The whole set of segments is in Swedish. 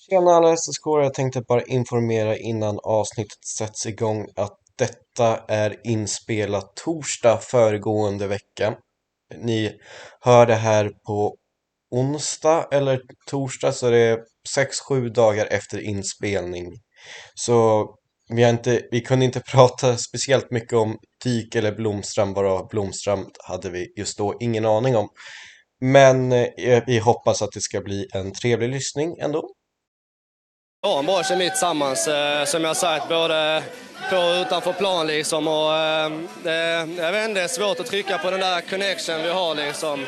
Tjena alla SSK, jag tänkte bara informera innan avsnittet sätts igång att detta är inspelat torsdag föregående vecka. Ni hör det här på onsdag eller torsdag, så det är 6-7 dagar efter inspelning. Så vi kunde inte prata speciellt mycket om Dyk eller Blomstrand, bara Blomstrand hade vi just då ingen aning om. Men vi hoppas att det ska bli en trevlig lyssning ändå. Ja, en bra kemi tillsammans, som jag sagt, både på och utanför plan liksom. Och, jag vet inte, det är svårt att trycka på den där connection vi har liksom.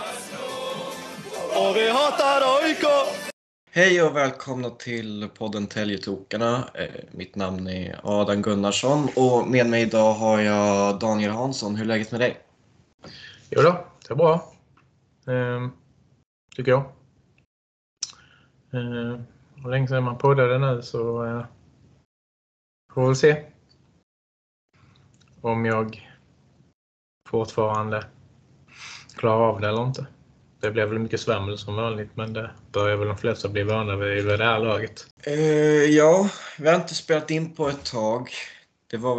Och vi hatar AIK! Hej och välkomna till podden Täljetokarna. Mitt namn är Adam Gunnarsson och med mig idag har jag Daniel Hansson. Hur är läget med dig? Jo då, det är bra. Tycker jag. Hur länge sedan man poddade nu så får vi väl se om jag fortfarande klarar av det eller inte. Det blev väl mycket svammel som vanligt, men det börjar väl de flesta bli vana vid det här laget. Ja, vi har inte spelat in på ett tag. Det var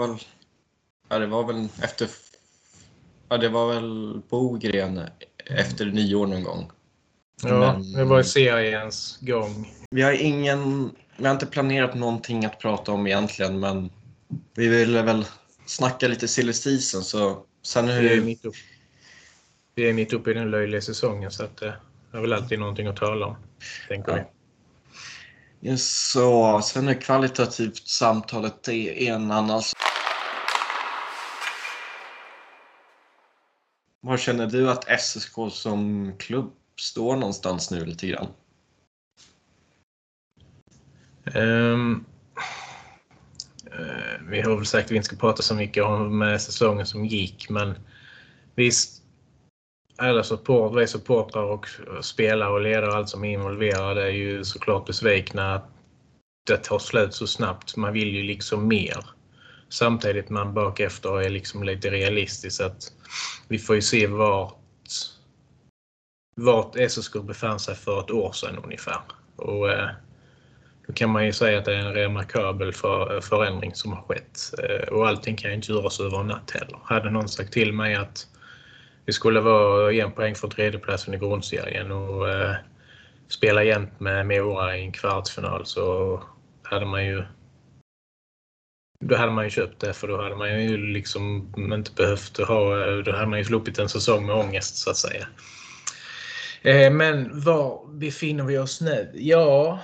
väl Bogren efter nyår någon gång. Ja, det var seriens gång. Vi har inte planerat någonting att prata om egentligen, men vi ville väl snacka lite silly season, så sen Vi är mitt uppe i den löjliga säsongen, så att det är väl alltid någonting att tala om, tänker vi. Just så, sen är kvalitativt samtalet en annan. Var känner du att SSK som klubb står någonstans nu lite grann? Vi har väl sagt att vi inte ska prata så mycket om med säsongen som gick, men visst, alla supportrar och spelare och ledare och allt som är involverade är ju såklart besvikna att det tar slut så snabbt. Man vill ju liksom mer. Samtidigt man bak efter är liksom lite realistiskt, att vi får ju se vart SSK befann sig för ett år sedan ungefär. Och då kan man ju säga att det är en remarkabel förändring som har skett. Och allting kan ju inte göras över en natt heller. Hade någon sagt till mig att vi skulle vara 1 poäng från tredjeplatsen i grundserien och spela jämt med Mora i en kvartsfinal, så hade man ju köpt det, för då hade man ju liksom inte behövt då hade man ju sluppit en säsong med ångest, så att säga. Men var befinner vi oss nu? Ja,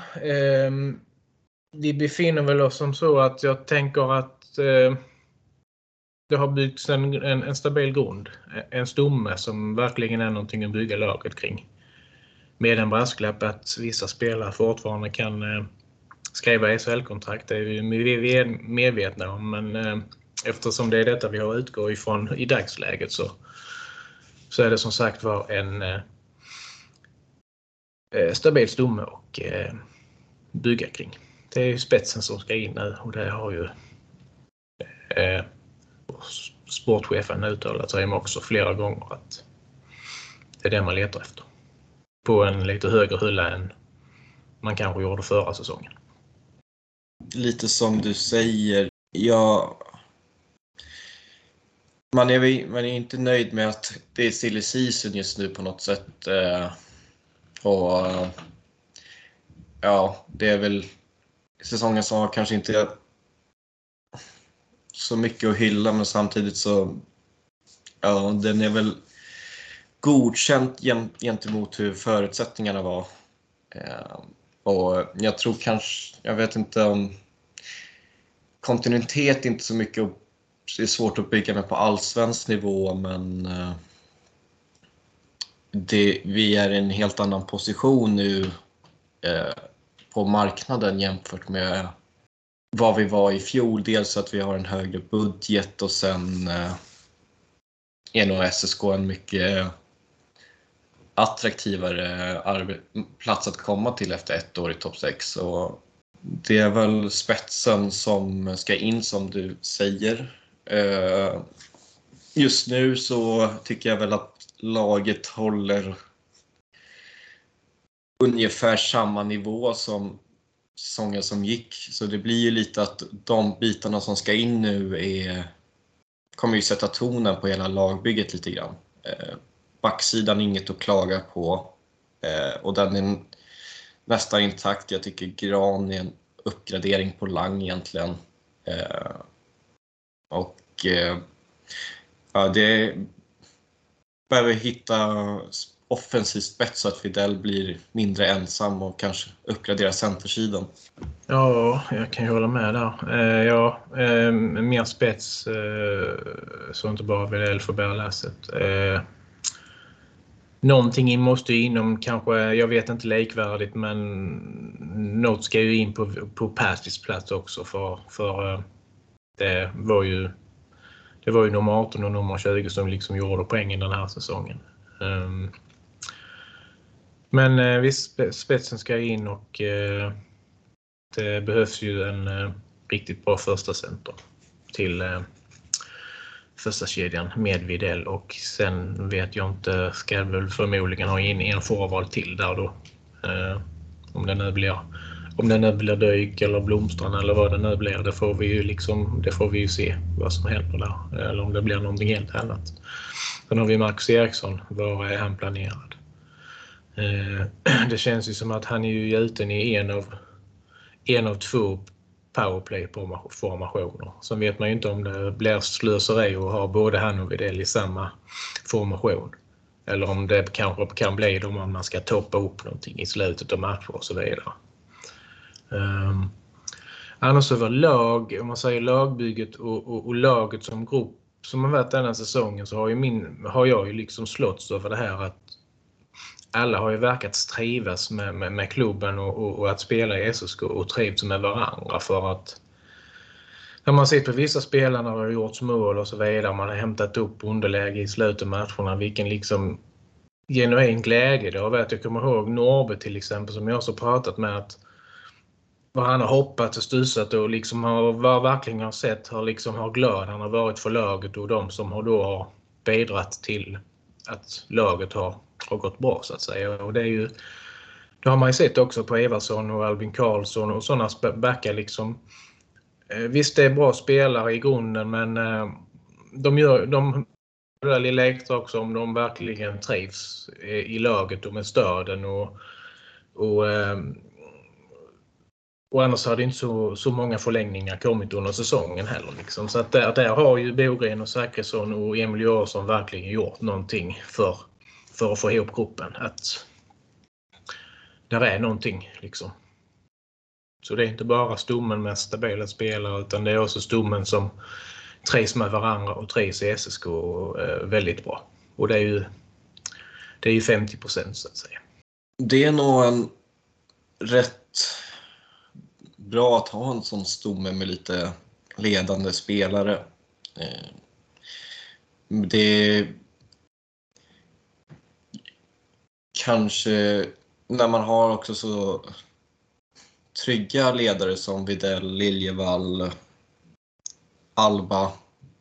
vi befinner väl oss som så att jag tänker att det har byggts en stabil grund. En stomme som verkligen är någonting att bygga laget kring. Med en brasklapp att vissa spelare fortfarande kan skriva SHL-kontrakt. Det är vi är medvetna om, men eftersom det är detta vi har utgått ifrån i dagsläget, så är det som sagt var en stabil stomme och bygga kring. Det är ju spetsen som ska in nu, och det har ju sportchefen uttalat sig om också flera gånger, att det är det man letar efter. På en lite högre hylla än man kanske gjorde förra säsongen. Lite som du säger, man är inte nöjd med att det är silly season just nu på något sätt. Och ja, det är väl säsongen som har kanske inte så mycket att hylla, men samtidigt så den är väl godkänt gentemot hur förutsättningarna var. Och jag tror jag vet inte om kontinuitet inte så mycket, det är svårt att bygga med på allsvensk nivå, men vi är i en helt annan position nu på marknaden jämfört med vad vi var i fjol. Dels att vi har en högre budget, och sen är nog SSK en mycket attraktivare plats att komma till efter ett år i topp 6. Och det är väl spetsen som ska in, som du säger. Just nu så tycker jag väl att laget håller ungefär samma nivå som säsongen som gick. Så det blir ju lite att de bitarna som ska in nu kommer ju sätta tonen på hela lagbygget lite grann. Backsidan är inget att klaga på. Och den är nästan intakt. Jag tycker Gran är en uppgradering på Lang egentligen. Det behöver hitta offensiv spets så att Widell blir mindre ensam och kanske uppgradera centersidan. Ja, jag kan ju hålla med där. Mer spets så inte bara Widell får bära lasset. Någonting måste ju inom kanske, jag vet inte likvärdigt, men något ska ju in på Persis plats också för det var ju nummer 18 och nummer 20 som liksom gjorde poängen den här säsongen. Men visst, spetsen ska in och det behövs ju en riktigt bra första center till första kedjan med Widell, och sen vet jag inte, ska väl förmodligen ha in en forward till där då. Om det nu blir Döjk eller Blomstrand eller vad det nu blir, det får vi ju se vad som händer där, eller om det blir någonting helt annat. Sen har vi Marcus Eriksson, var är han planerad? Det känns ju som att han är ju gjuten i en av 2 powerplay-formationer. Sen vet man ju inte om det blir slöseri att ha både han och Widell i samma formation. Eller om det kanske kan bli det om man ska toppa upp någonting i slutet av matcher och så vidare. Annars över om man säger lagbygget och laget som grupp som har varit denna säsongen, så har jag ju liksom slåtts över det här att alla har ju verkat trivas med klubben och att spela i SSK och trivs med varandra, för att när man ser på vissa spelare har gjort mål och så vidare, man har hämtat upp underläge i slutet av matcherna, vilken liksom genuin glädje det har varit. Jag kommer ihåg Norbe till exempel, som jag också pratat med, att vad han har hoppat och stussat och liksom verkligen har sett, har glad han har varit för laget och de som har bidragit till att laget har gått bra så att säga. Och det har man ju sett också på Everson och Albin Karlsson och sådana backar liksom. Visst, det är bra spelare i grunden, men de det lilla extra också om de verkligen trivs i laget och med stöden och annars har det inte så många förlängningar kommit under säsongen heller. Liksom. Så att där har ju Bogren och Zachrisson och Emil Johansson verkligen gjort någonting för att få ihop gruppen. Att där är någonting liksom. Så det är inte bara stommen med stabila spelare, utan det är också stommen som trivs med varandra och trivs i SSK väldigt bra. Och det är ju 50% så att säga. Det är nog en rätt bra att ha en sån stomme med lite ledande spelare. Det kanske när man har också så trygga ledare som Widell, Liljevall, Alba.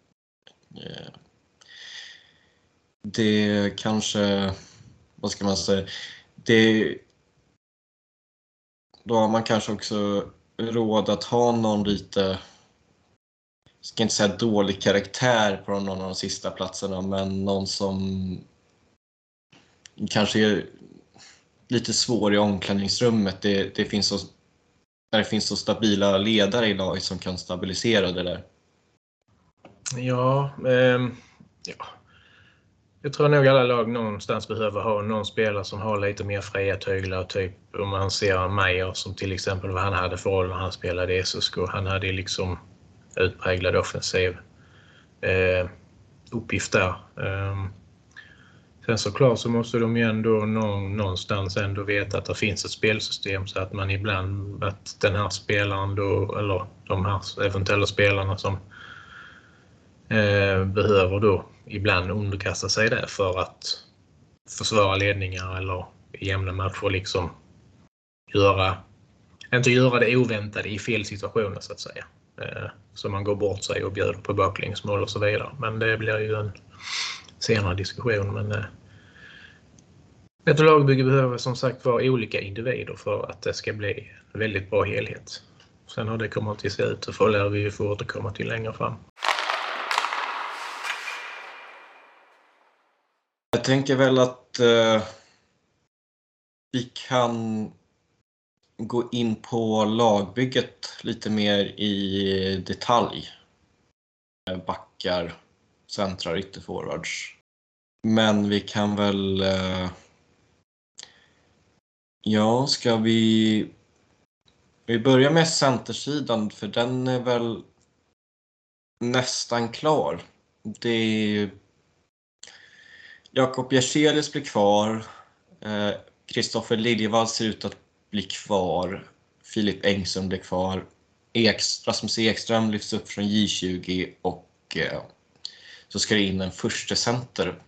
Det kanske, vad ska man säga, då har man kanske också råd att ha någon lite, ska inte säga dålig karaktär på någon av de sista platserna, men någon som kanske är lite svår i omklädningsrummet. Det finns så stabila ledare i laget som kan stabilisera det där. Ja. Jag tror nog alla lag någonstans behöver ha någon spelare som har lite mer fria tyglar. Typ om man ser Meyer som till exempel vad han hade för roll när han spelade i SSK. Han hade liksom utpräglad offensiv uppgift där. Sen såklart så måste de ju ändå någonstans ändå veta att det finns ett spelsystem, så att man ibland, att den här spelaren då, eller de här eventuella spelarna som behöver då ibland underkasta sig där för att försvara ledningar eller i jämna matcher liksom inte göra det oväntade i fel situationer så att säga. Så man går bort sig och bjuder på baklängsmål och så vidare. Men det blir ju en senare diskussion. Men Ett lagbygge behöver som sagt vara olika individer för att det ska bli en väldigt bra helhet. Sen hur det kommer att se ut så får vi få återkomma till längre fram. Jag tänker väl att vi kan gå in på lagbygget lite mer i detalj. Backar, centrar, ytterforwards. Men vi kan väl... ska vi börjar med centersidan, för den är väl nästan klar. Det är Jakob Jerselius blir kvar. Kristoffer Liljevall ser ut att bli kvar. Filip Engsund blir kvar. Rasmus Ekström lyfts upp från J20 och så ska det in en första center.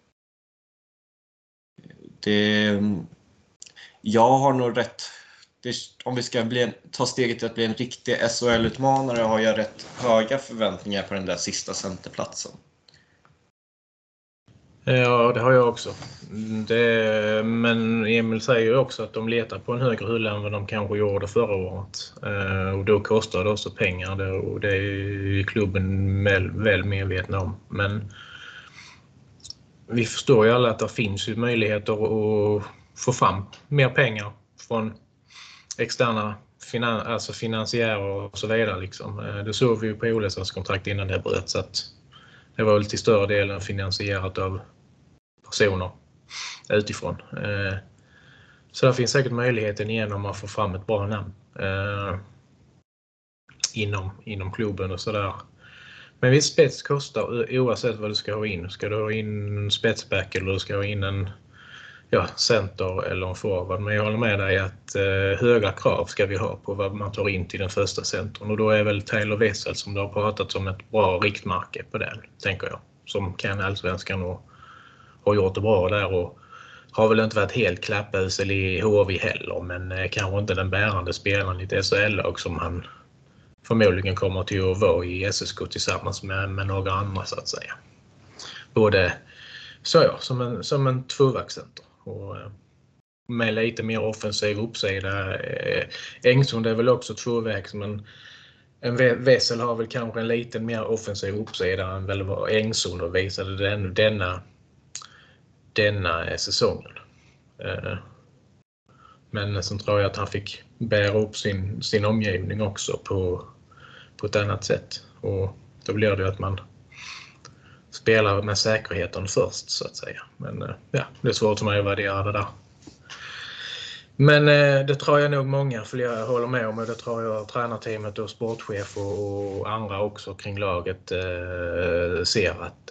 Jag har nog rätt. Om vi ska ta steget till att bli en riktig SHL-utmanare har jag rätt höga förväntningar på den där sista centerplatsen. Ja, det har jag också. Men Emil säger ju också att de letar på en högre hylla än vad de kanske gjorde förra året. Och då kostar det också pengar. Och det är ju klubben väl medvetna om. Men vi förstår ju alla att det finns ju möjligheter att få fram mer pengar från externa finansiärer och så vidare. Liksom. Det såg vi ju på Olessons kontrakt innan det bröt, så att det var väl till större delen finansierat av personer utifrån. Så det finns säkert möjligheten genom att få fram ett bra namn inom klubben och sådär. Men visst, spets kostar oavsett vad du ska ha in. Ska du ha in en spetsback eller du ska ha in en center eller en forward. Men jag håller med dig att höga krav ska vi ha på vad man tar in till den första centern. Och då är väl Taylor Wessel, som du har pratat om, ett bra riktmärke på den, tänker jag. Som kan allsvenskan och har gjort det bra där och har väl inte varit helt klappusel i HV heller, men kanske inte den bärande spelaren i ett SHL-lag som han förmodligen kommer till att vara i SSK tillsammans med några andra, så att säga. Både som en tvåvägscenter och med lite mer offensiv uppsida. Engsund är väl också tvåvägs, men en Wessel har väl kanske en lite mer offensiv uppsida än väl vad Engsund och visade denna säsongen. Men sen tror jag att han fick bära upp sin omgivning också på ett annat sätt. Och då blir det att man spelar med säkerheten först, så att säga. Men det är svårt för mig att värdera det där. Men det tror jag nog många, för jag håller med om, och det tror jag tränarteamet och sportchef och andra också kring laget ser att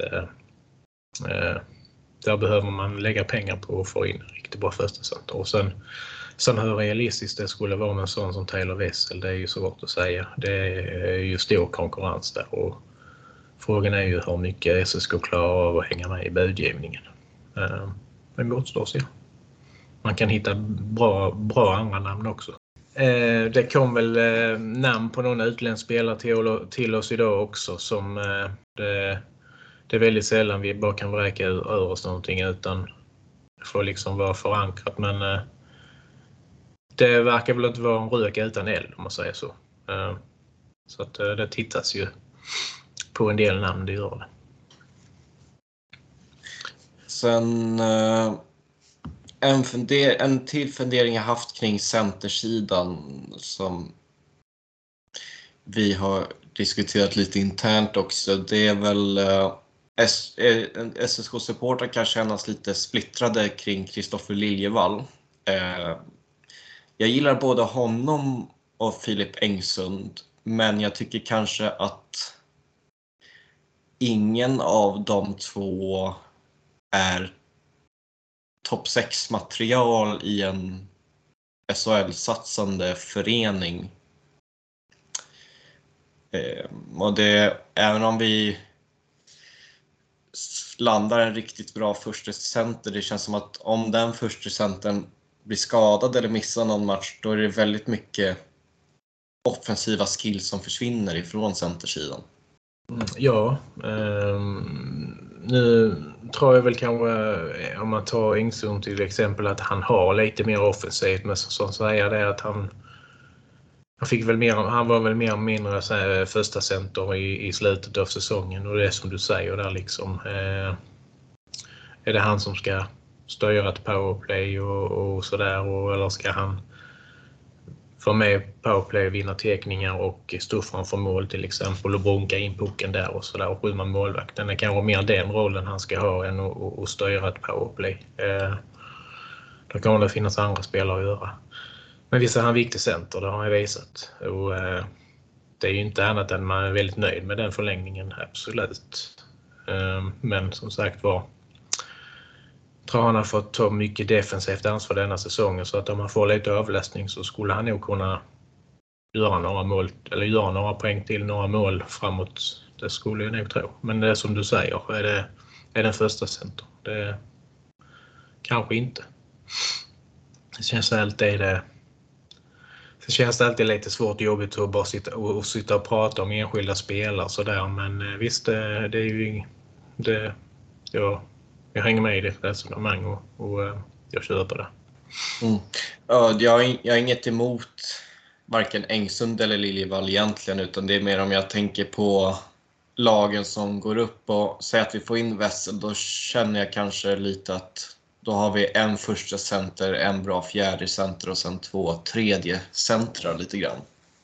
där behöver man lägga pengar på att få in riktigt bra första center. Och sen hur realistiskt det skulle vara med en sån som Taylor Wessel, det är ju svårt att säga. Det är ju stor konkurrens där, och frågan är ju hur mycket SSK klarar av att hänga med i budgivningen. Men motstår sig. Man kan hitta bra andra namn också. Det kom väl namn på någon utländsk spelare till oss idag också, som det är väldigt sällan vi bara kan vräka ur oss någonting utan det får liksom vara förankrat. Men det verkar väl inte vara en rök utan eld, om man säger så. Så att det tittas ju på en del namn, det gör det. Sen en till fundering jag haft kring centersidan som vi har diskuterat lite internt också. Det är väl SSK-supportrar kan kännas lite splittrade kring Kristoffer Liljevall. Jag gillar både honom och Filip Engsund, men jag tycker kanske att ingen av de två är topp 6-material i en SHL-satsande förening. Och även om vi landar en riktigt bra första center, det känns som att om den första centern blir skadad eller missar någon match, då är det väldigt mycket offensiva skills som försvinner ifrån centersidan. Ja, Nu tror jag väl kanske, om man tar Engsund till exempel, att han har lite mer offensivt, men som säger det att han var väl mer eller mindre så här, första center i slutet av säsongen, och det är som du säger där liksom. Är det han som ska styra ett powerplay och sådär, eller ska han få med powerplay, vinna teckningar och stå framför mål till exempel och bronka in pucken där och sådär och skymma målvakten? Det är kanske mer den rollen han ska ha än att styra ett powerplay. Då kommer det finnas andra spelare att göra. Men visst är han viktig center, det har jag visat. Och det är ju inte annat än man är väldigt nöjd med den förlängningen, absolut. Men som sagt var, tror han har fått ta mycket defensivt ansvar denna säsongen, så att om han får lite överlastning så skulle han nog kunna göra några mål, eller göra några poäng till, några mål framåt. Det skulle jag nog tro. Men det är som du säger, är den första center. Det kanske inte. Det känns alltid lite svårt och jobbigt att bara sitta och prata om enskilda spelare så där, men visst, det är ju jag hänger med i det resonemang och jag köper det. Ja, jag har inget emot varken Engsund eller Liljevall egentligen, utan det är mer om jag tänker på lagen som går upp och säger att vi får in Wessel, då känner jag kanske lite att då har vi en första center, en bra fjärde center och sen 2 tredje centrar lite grann.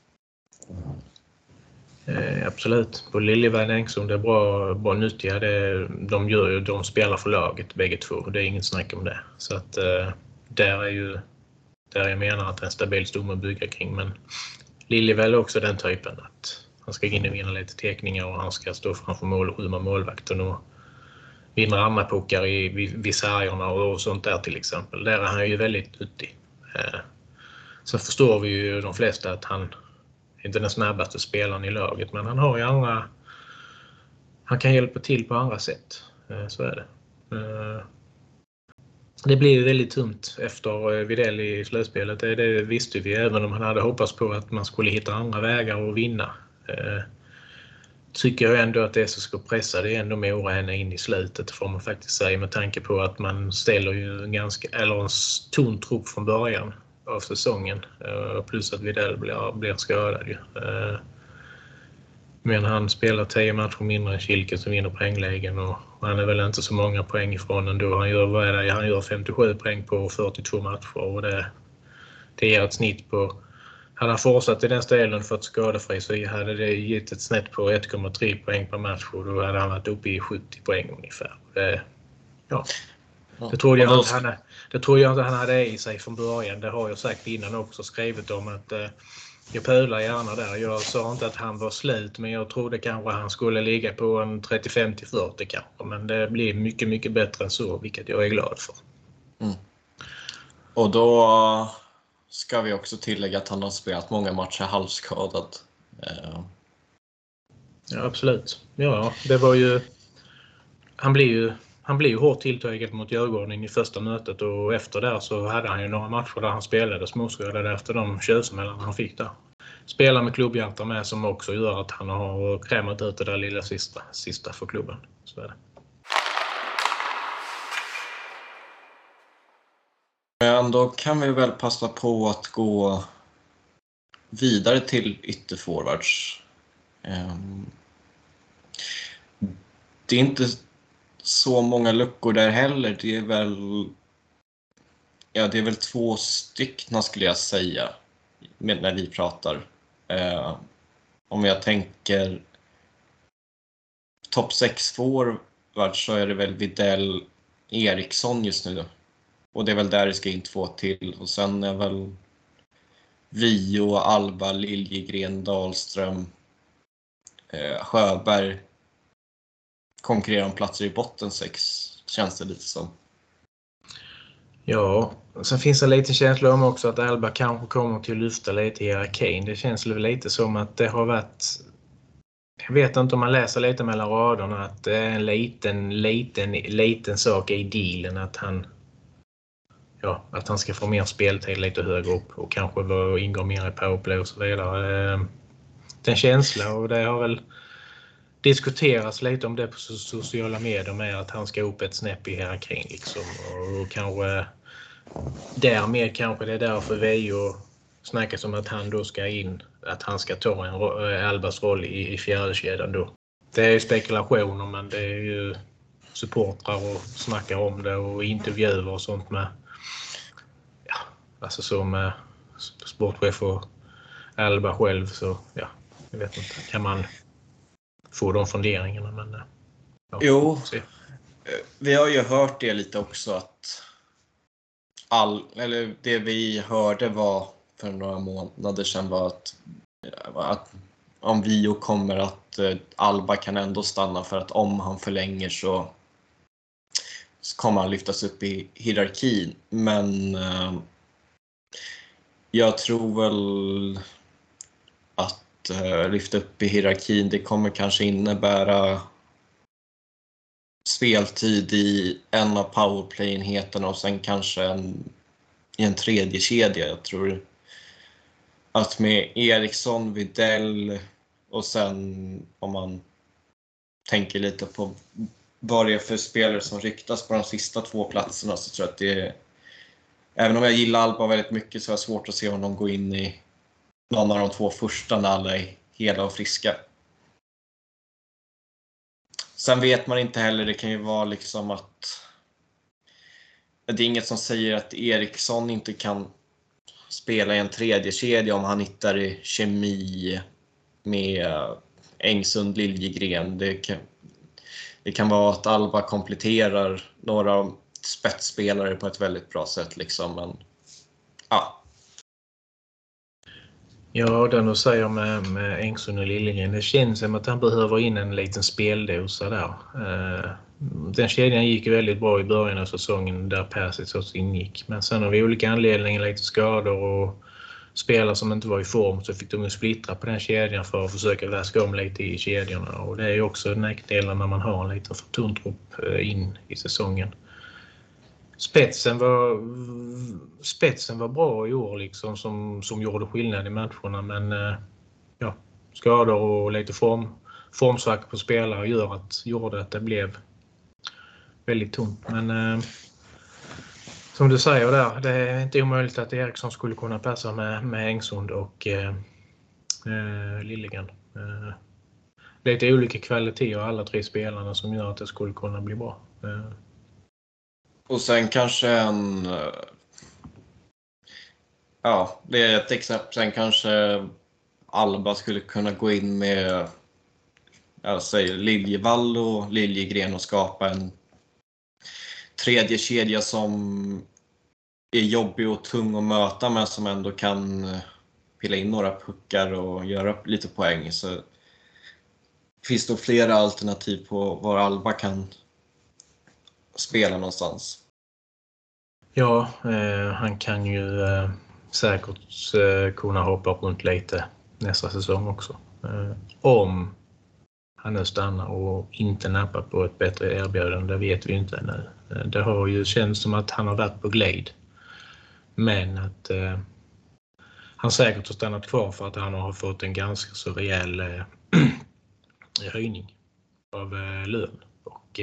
Absolut. På Liljevall och Engsund är bra nyttiga. De spelar för laget bägge två. Det är inget snack om det. Så att där jag menar att en stabil stomme att bygga kring. Men Liljevall är också den typen att han ska in och vinna lite teckningar och han ska stå framför mål och skymma målvakten och vinna andra puckar vid sargerna och sånt där till exempel. Där är han ju väldigt nyttig. Så förstår vi ju de flesta att han inte den snabbaste spelaren i laget, men han har ju han kan hjälpa till på andra sätt. Så är det. Det blir ju väldigt tungt efter Widell i slutspelet. Det visste vi, även om han hade hoppats på att man skulle hitta andra vägar att vinna. Tycker jag ändå att det som ska pressa det är ändå Mora in i slutet, får man faktiskt säga, med tanke på att man ställer ju en tunn trupp från början av säsongen, plus att Widell blir skadad ju. Men han spelar 10 matcher mindre än Kilke som vinner poänglägen, och han är väl inte så många poäng ifrån ändå. Han gör 57 poäng på 42 matcher, och det ger ett snitt på, hade han fortsatt i den stelen för att skadefri, så hade det gett ett snitt på 1,3 poäng per match, och då hade han varit uppe i 70 poäng ungefär. Det tror jag inte han hade i sig från början. Det har jag sagt innan också, skrivit om att jag pölar gärna där. Jag sa inte att han var slut, men jag trodde kanske han skulle ligga på en 35-40 kanske. Men det blir mycket, mycket bättre än så, vilket jag är glad för. Och då ska vi också tillägga att han har spelat många matcher halvskadad. Ja, absolut. Ja, det var ju... Han blev ju hårt tilltaget mot Djurgården i första mötet, och efter där så hade han ju några matcher där han spelade småskadad efter de körsmällarna han fick där. Spelar med klubbhjärta med, som också gör att han har krämat ut det där lilla sista för klubben. Så är det. Men då kan vi väl passa på att gå vidare till ytterforwards. Det är inte så många luckor där heller. Det är väl 2 stycken skulle jag säga när vi pratar. Om jag tänker topp 6 forwards, så är det väl Widell, Eriksson just nu. Och det är väl där det ska in 2 till. Och sen är väl Vio, Alba, Liljegren, Dahlström, Sjöberg konkurrerar om platser i botten 6, känns det lite som. Ja, sen finns det lite känsla om också att Alba kanske kommer till att lyfta lite i hierarkin. Det känns lite som att det har varit... Jag vet inte om man läser lite mellan raderna att det är en liten sak i dealen att han ska få mer speltid lite högre upp och kanske ingå mer i powerplay och så vidare. Det är en känsla, och det har väl diskuteras lite om det på sociala medier med att han ska upp ett snäpp i hierarkin liksom. Och kanske därmed kanske det är därför Vejo snackas om att han då ska in, att han ska ta Albas roll i fjärde kedjan då. Det är ju spekulationer, men det är ju supportrar och snackar om det och intervjuer och sånt med, ja, alltså som sportchef och Alba själv, så ja, jag vet inte, kan man få de funderingarna, men ja, jo, vi har ju hört det lite också, att eller det vi hörde var för några månader sedan var att om Vio kommer att Alba kan ändå stanna, för att om han förlänger så kommer han lyftas upp i hierarkin. Men jag tror väl att lyfta upp i hierarkin, det kommer kanske innebära speltid i en av powerplay-enheterna och sen kanske i en tredje kedja. Jag tror att med Eriksson, Videll och sen om man tänker lite på vad det är för spelare som ryktas på de sista 2 platserna, så tror jag att det är, även om jag gillar Alba väldigt mycket, så är det svårt att se om de går in i någon av de 2 första när alla är hela och friska. Sen vet man inte heller, det kan ju vara liksom att det är inget som säger att Eriksson inte kan spela i en tredje kedja om han hittar i kemi med Engsund, Liljegren. Det kan vara att Alba kompletterar några spetsspelare på ett väldigt bra sätt liksom, men ja. Ja, den du säger med Engsund och Liljegren, det känns som att han behöver in en liten speldosa där. Den kedjan gick väldigt bra i början av säsongen där Persic också ingick. Men sen av olika anledningar, lite skador och spelare som inte var i form, så fick de ju splittra på den kedjan för att försöka väska om lite i kedjorna. Och det är ju också nackdelen när man har en liten för tunn trupp in i säsongen. Spetsen var bra i år liksom, som gjorde skillnad i matcherna, men ja, skador och lite formsvack på spelare gjorde att det blev väldigt tunt. Men som du säger där, det är inte omöjligt att Eriksson skulle kunna passa med Engsund och Liljegren. Lite olika kvaliteter alla 3 spelarna som gör att det skulle kunna bli bra. Och sen kanske ja, det är ett exempel. Sen kanske Alba skulle kunna gå in med, jag säger, Liljevall och Liljegren och skapa en tredje kedja som är jobbig och tung att möta, men som ändå kan pilla in några puckar och göra lite poäng. Så finns det flera alternativ på var Alba kan spela någonstans. Ja, han kan ju säkert kunna hoppa runt lite nästa säsong också. Om han nu stannar och inte nappar på ett bättre erbjudande, det vet vi inte ännu. Det har ju känts som att han har varit på glid. Men att han säkert har stannat kvar för att han har fått en ganska så rejäl höjning av lön. Och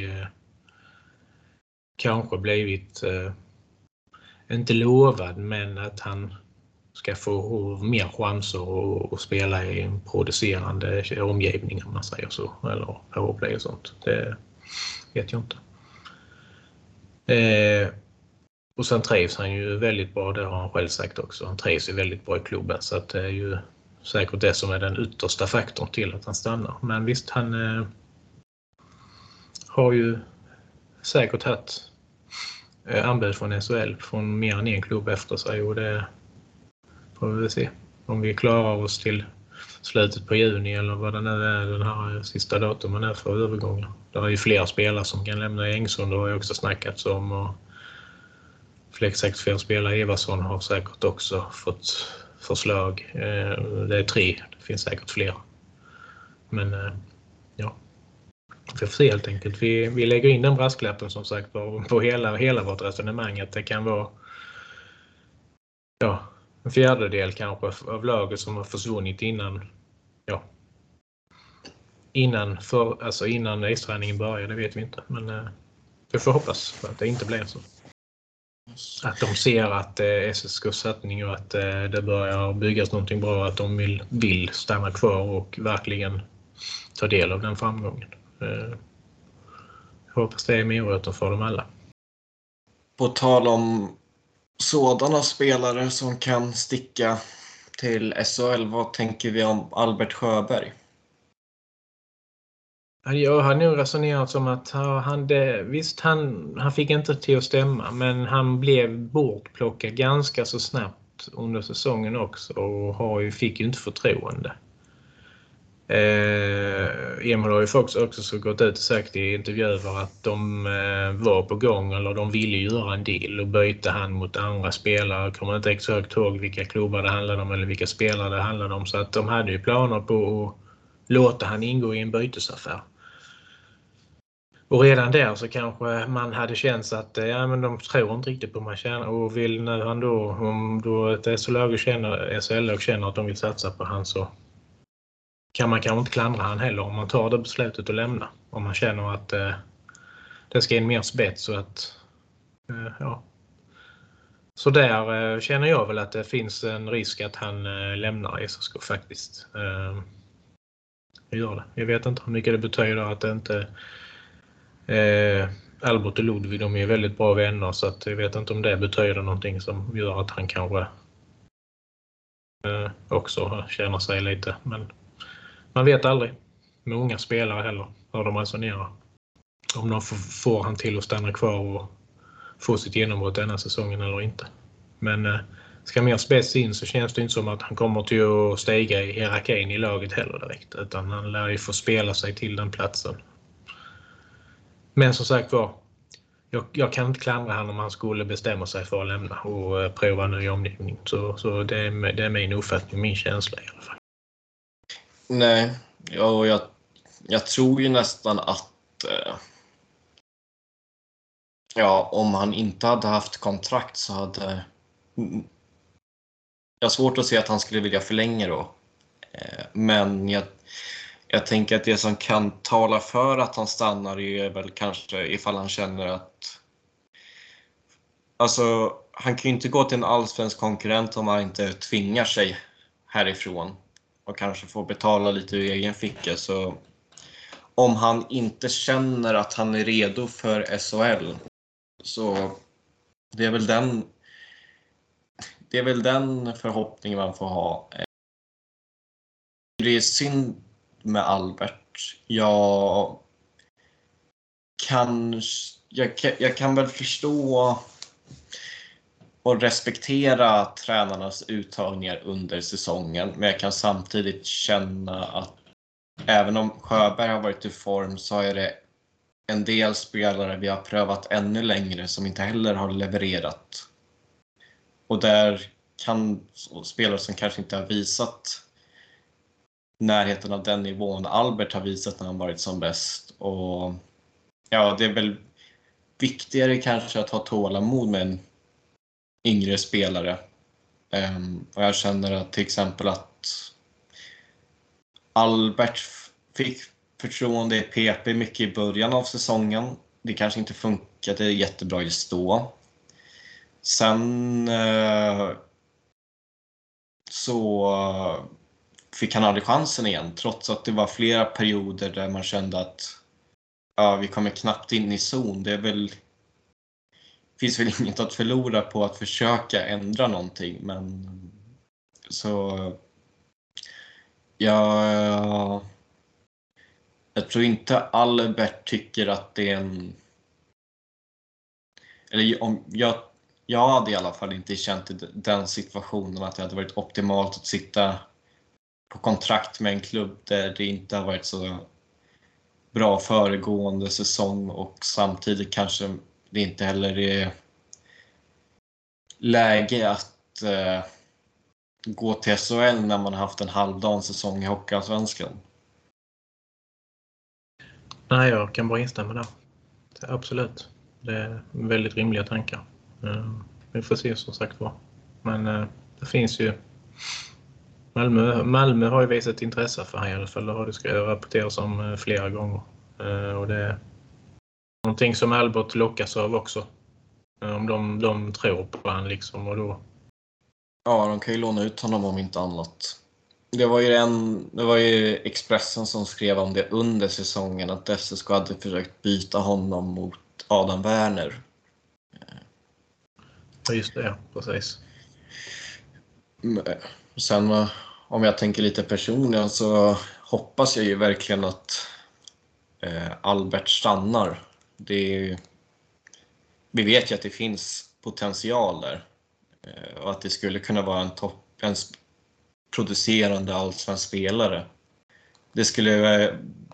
kanske blivit, inte lovad, men att han ska få mer chanser att spela i en producerande omgivning, om man säger så, eller powerplay och sånt. Det vet jag inte. Och sen trivs han ju väldigt bra, det har han själv sagt också. Han trivs ju väldigt bra i klubben, så att det är ju säkert det som är den yttersta faktorn till att han stannar. Men visst, han har ju säkert haft anbud från SHL från mer än en klubb efter sig, och det får vi se. Om vi klarar oss till slutet på juni eller vad det nu är, den här sista datumen är för övergången. Det är ju fler spelare som kan lämna Engsund, och har också snackats om, och säkert fler spelare. Everson har säkert också fått förslag. Det är 3, det finns säkert fler. Men ja, vi får se helt enkelt. Vi lägger in den brasklappen som sagt på hela vårt resonemang, att det kan vara en fjärdedel kanske av laget som har försvunnit innan isträningen börjar, det vet vi inte. Men vi får hoppas för att det inte blir så. Att de ser att SSKs satsning och att det börjar byggas någonting bra, att de vill stanna kvar och verkligen ta del av den framgången. Jag hoppas det är moroten för dem alla. På tal om sådana spelare som kan sticka till SHL, vad tänker vi om Albert Sjöberg? Jag har nog resonerat som att han fick inte till att stämma, men han blev bortplockad ganska så snabbt under säsongen också och fick ju inte förtroende. Emil har ju också så gått ut och sagt i intervjuer att de var på gång eller de ville göra en deal och byta han mot andra spelare. Jag kommer inte exakt ihåg vilka klubbar det handlade om eller vilka spelare det handlade om, så att de hade ju planer på att låta han ingå i en bytesaffär. Och redan där så kanske man hade känt att men de tror inte riktigt på man och vill när han om ett SHL känner att de vill satsa på han, så kan man kanske inte klandra han heller om man tar det beslutet att lämna. Om man känner att det ska in mer spets, så att så där känner jag väl att det finns en risk att han lämnar SSK faktiskt. Gör det. Jag vet inte hur mycket det betyder att det inte Albert och Ludvig, de är väldigt bra vänner, så att jag vet inte om det betyder någonting som gör att han kanske också känner sig lite, men man vet aldrig med unga spelare heller hur de resonerar. Om de får han till att stanna kvar och få sitt genombrott denna säsongen eller inte. Men ska mer spets in så känns det inte som att han kommer till att stiga i hierarkin i laget heller direkt, utan han lär ju få spela sig till den platsen. Men som sagt var, jag kan inte klandra han om han skulle bestämma sig för att lämna och prova en ny omgivning. Så det är min uppfattning, min känsla i alla fall. Nej, jag tror ju nästan att om han inte hade haft kontrakt så hade jag svårt att se att han skulle vilja förlänga då. Men jag tänker att det som kan tala för att han stannar är väl kanske ifall han känner att han kan ju inte gå till en allsvensk konkurrent om han inte tvingar sig härifrån och kanske får betala lite ur egen ficka. Så om han inte känner att han är redo för SHL, så det är väl den förhoppningen man får ha. Det är synd med Albert. Jag kan väl förstå och respektera tränarnas uttagningar under säsongen, men jag kan samtidigt känna att även om Sjöberg har varit i form så är det en del spelare vi har prövat ännu längre som inte heller har levererat. Och där kan spelare som kanske inte har visat närheten av den nivån Albert har visat när han varit som bäst. Och det är väl viktigare kanske att ha tålamod med en yngre spelare. Och jag känner att till exempel att Albert fick förtroende i PP mycket i början av säsongen. Det kanske inte funkade jättebra just då. Sen så fick han aldrig chansen igen, trots att det var flera perioder där man kände att vi kommer knappt in i zon. Det finns väl inget att förlora på att försöka ändra någonting, men så jag tror inte Albert tycker att det är jag hade i alla fall inte känt i den situationen att det hade varit optimalt att sitta på kontrakt med en klubb där det inte har varit så bra föregående säsong, och samtidigt kanske det inte heller är läge att gå till SHL när man har haft en halvdan säsong i Hockeyallsvenskan. Nej, jag kan bara instämma där. Absolut. Det är väldigt rimliga tankar. Vi får se som sagt var. Men det finns ju Malmö har ju visat intresse för han i alla fall. Det har det ska rapporteras om flera gånger. Och det är någonting som Albert lockas av också. Om de tror på han liksom och då. Ja, de kan ju låna ut honom om inte annat. Det var ju Expressen som skrev om det under säsongen att SSK hade försökt byta honom mot Adam Werner. Ja, just det, ja, precis. Sen om jag tänker lite personligen så hoppas jag ju verkligen att Albert stannar. Vi vet ju att det finns potential där och att det skulle kunna vara en producerande allsvensk spelare. Det skulle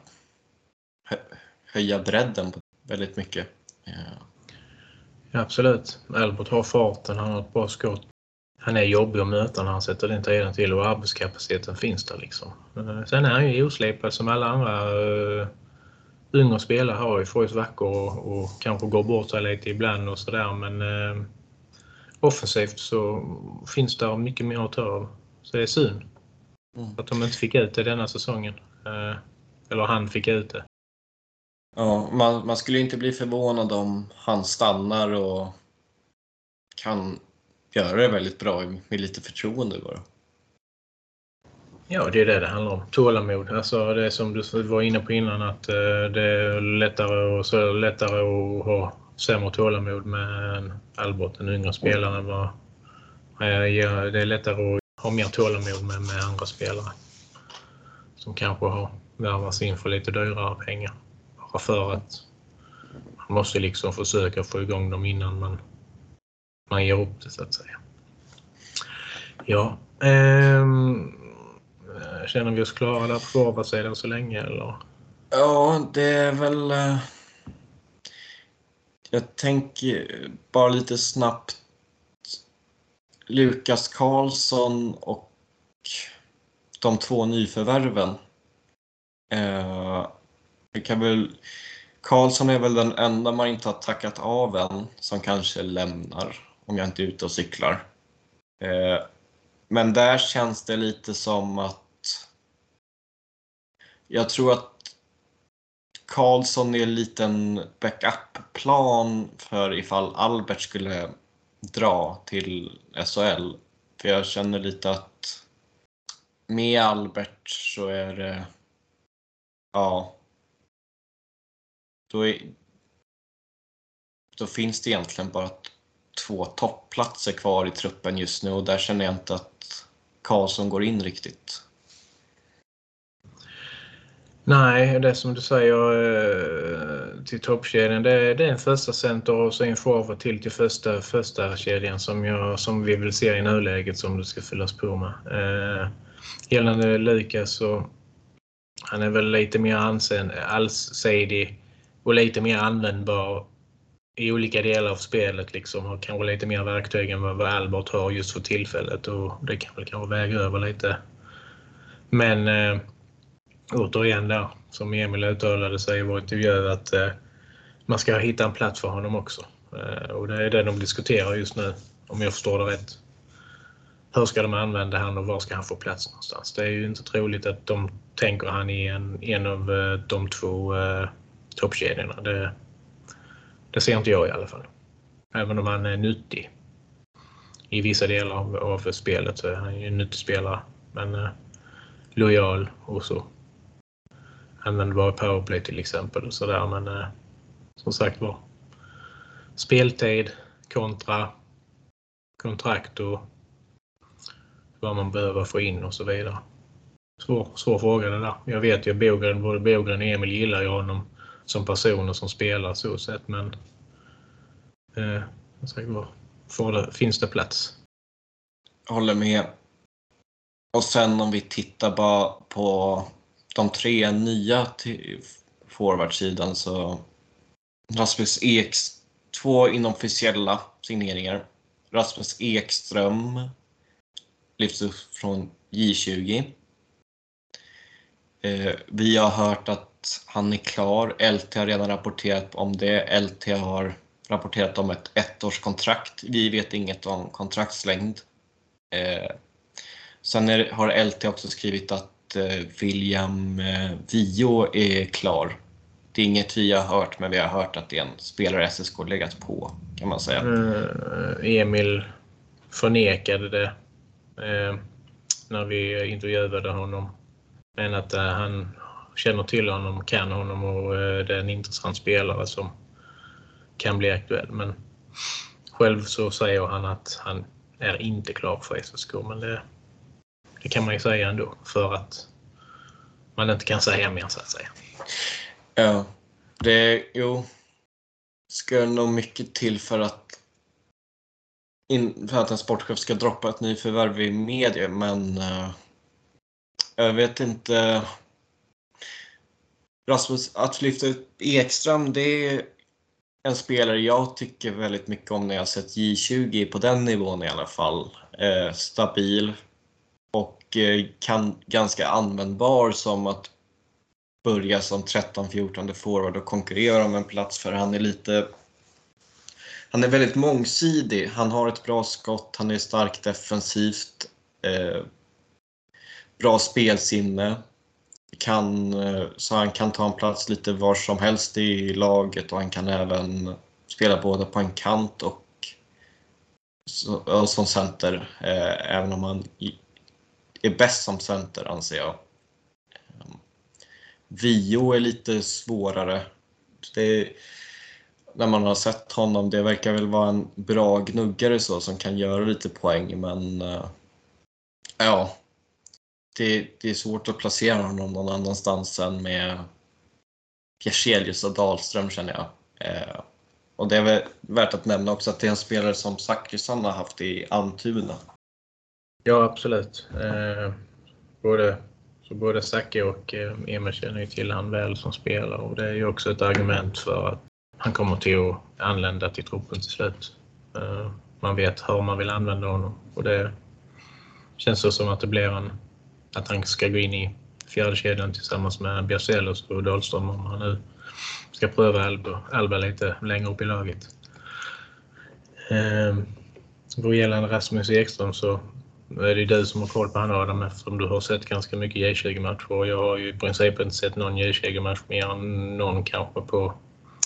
höja bredden på väldigt mycket. Ja, absolut. Albert har farten, han har ett bra skott. Han är jobbig att möta när han sätter den tiden till och arbetskapaciteten finns där liksom. Sen är han ju oslipad som alla andra yngre spelare har ju, får ju vackor och kanske går bort sig lite ibland och sådär, men offensivt så finns det mycket mer att ta av. Så det är synd att de inte fick ut det denna säsongen. Eller han fick ut det. Ja, man skulle inte bli förvånad om han stannar och kan göra det väldigt bra med lite förtroende bara. Ja, det är det handlar om. Tålamod. Alltså det är som du var inne på innan att det är lättare att ha sämre tålamod med en Albert, en yngre spelare. Det är lättare att ha mer tålamod med andra spelare som kanske har värvats in för lite dyrare pengar. Bara för att man måste liksom försöka få igång dem innan man ger upp det så att säga. Ja, känner vi oss klara där på forwardsidan så länge eller? Ja, det är väl... Jag tänker bara lite snabbt. Lukas Karlsson och de 2 nyförvärven. Karlsson är väl den enda man inte har tackat av än som kanske lämnar om jag inte är ute och cyklar. Men där känns det lite som att jag tror att Karlsson är en liten backup-plan för ifall Albert skulle dra till SHL. För jag känner lite att med Albert så är det... Ja. Då finns det egentligen bara 2 toppplatser kvar i truppen just nu. Och där känner jag inte att Karlsson går in riktigt. Nej, det som du säger till toppkedjan, det är en första center och så en forward till första kedjan som vi vill se i nuläget som det ska fyllas på med. Gällande Lukas så han är väl lite mer allsidig och lite mer användbar i olika delar av spelet liksom, och kanske lite mer verktyg än vad Albert har just för tillfället och det kan väl kanske väga över lite. Men återigen där, som Emil uttalade sig i vår intervju, att man ska hitta en plats för honom också. Och det är det de diskuterar just nu, om jag förstår det rätt. Hur ska de använda han och var ska han få plats någonstans? Det är ju inte troligt att de tänker han i en av de 2 toppkedjorna. Det ser inte jag i alla fall. Även om han är nyttig i vissa delar av spelet så är han ju en nyttig spelare. Men lojal och så. Användbar powerplay till exempel och sådär. Men som sagt var, speltid kontra kontrakt och vad man behöver få in och så vidare. Svår fråga det där. Jag vet ju både Bogren och Emil gillar ju honom som person och som spelare så sett, men som sagt var, finns det plats? Jag håller med. Och sen om vi tittar bara på de 3 nya forwardsidan så Rasmus 2 inofficiella signeringar. Rasmus Ekström lyfts upp från J20. Vi har hört att han är klar. LT har redan rapporterat om det. LT har rapporterat om ett 1-årskontrakt. Vi vet inget om kontraktslängd. Sen har LT också skrivit att William Vio är klar. Det är inget vi har hört, men vi har hört att det är en spelare SSK legat på, kan man säga. Emil förnekade det när vi intervjuade honom. Men att han känner till honom, kan honom och det är en intressant spelare som kan bli aktuell. Men själv så säger han att han är inte klar för SSK. Men det kan man ju säga ändå, för att man inte kan säga mer, så att säga. Ja, ska nog mycket till för att en sportchef ska droppa ett nyförvärv i media, men jag vet inte. Rasmus, att lyfta ut Ekström, det är en spelare jag tycker väldigt mycket om när jag sett J20 på den nivån i alla fall. Stabil och kan ganska användbar som att börja som 13-14 forward och konkurrera om en plats, för han är väldigt mångsidig. Han har ett bra skott, han är starkt defensivt, bra spelsinne, så han kan ta en plats lite var som helst i laget, och han kan även spela både på en kant och som center, även om han är bäst som center, anser jag. Vio är lite svårare. När man har sett honom, det verkar väl vara en bra gnuggare så, som kan göra lite poäng, men ja, det är svårt att placera honom någon annanstans än med Pierselius och Dahlström, känner jag. Och det är väl värt att nämna också att det är en spelare som Zachrisson har haft i Almtuna. Ja, absolut. Både Zacke och Emil känner ju till han väl som spelare, och det är ju också ett argument för att han kommer till att anlända till truppen till slut. Man vet hur man vill använda honom, och det känns så som att det blir att han ska gå in i fjärde kedjan tillsammans med Bjärselius och Dahlström, om han nu ska pröva Alba lite längre upp i laget. Vad gäller Rasmus Ekström så är det du som har koll på han, Adam, eftersom du har sett ganska mycket J20-matcher, och jag har ju i princip inte sett någon J20-match mer än någon kanske på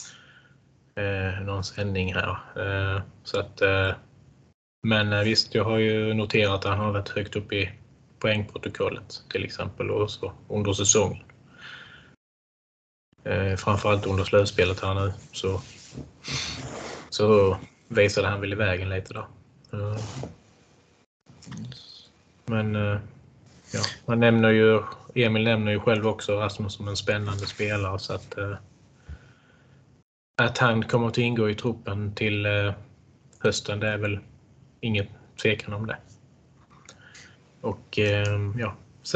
någon sändning här. Så att, men visst, jag har ju noterat att han har varit högt upp i poängprotokollet till exempel, och så under säsongen. Framförallt under slutspelet här nu så visade han väl i vägen lite där. Men ja, Emil nämner ju själv också Rasmus som en spännande spelare, så att han kommer att ingå i truppen till hösten, det är väl inget tvekan om det. Och ja,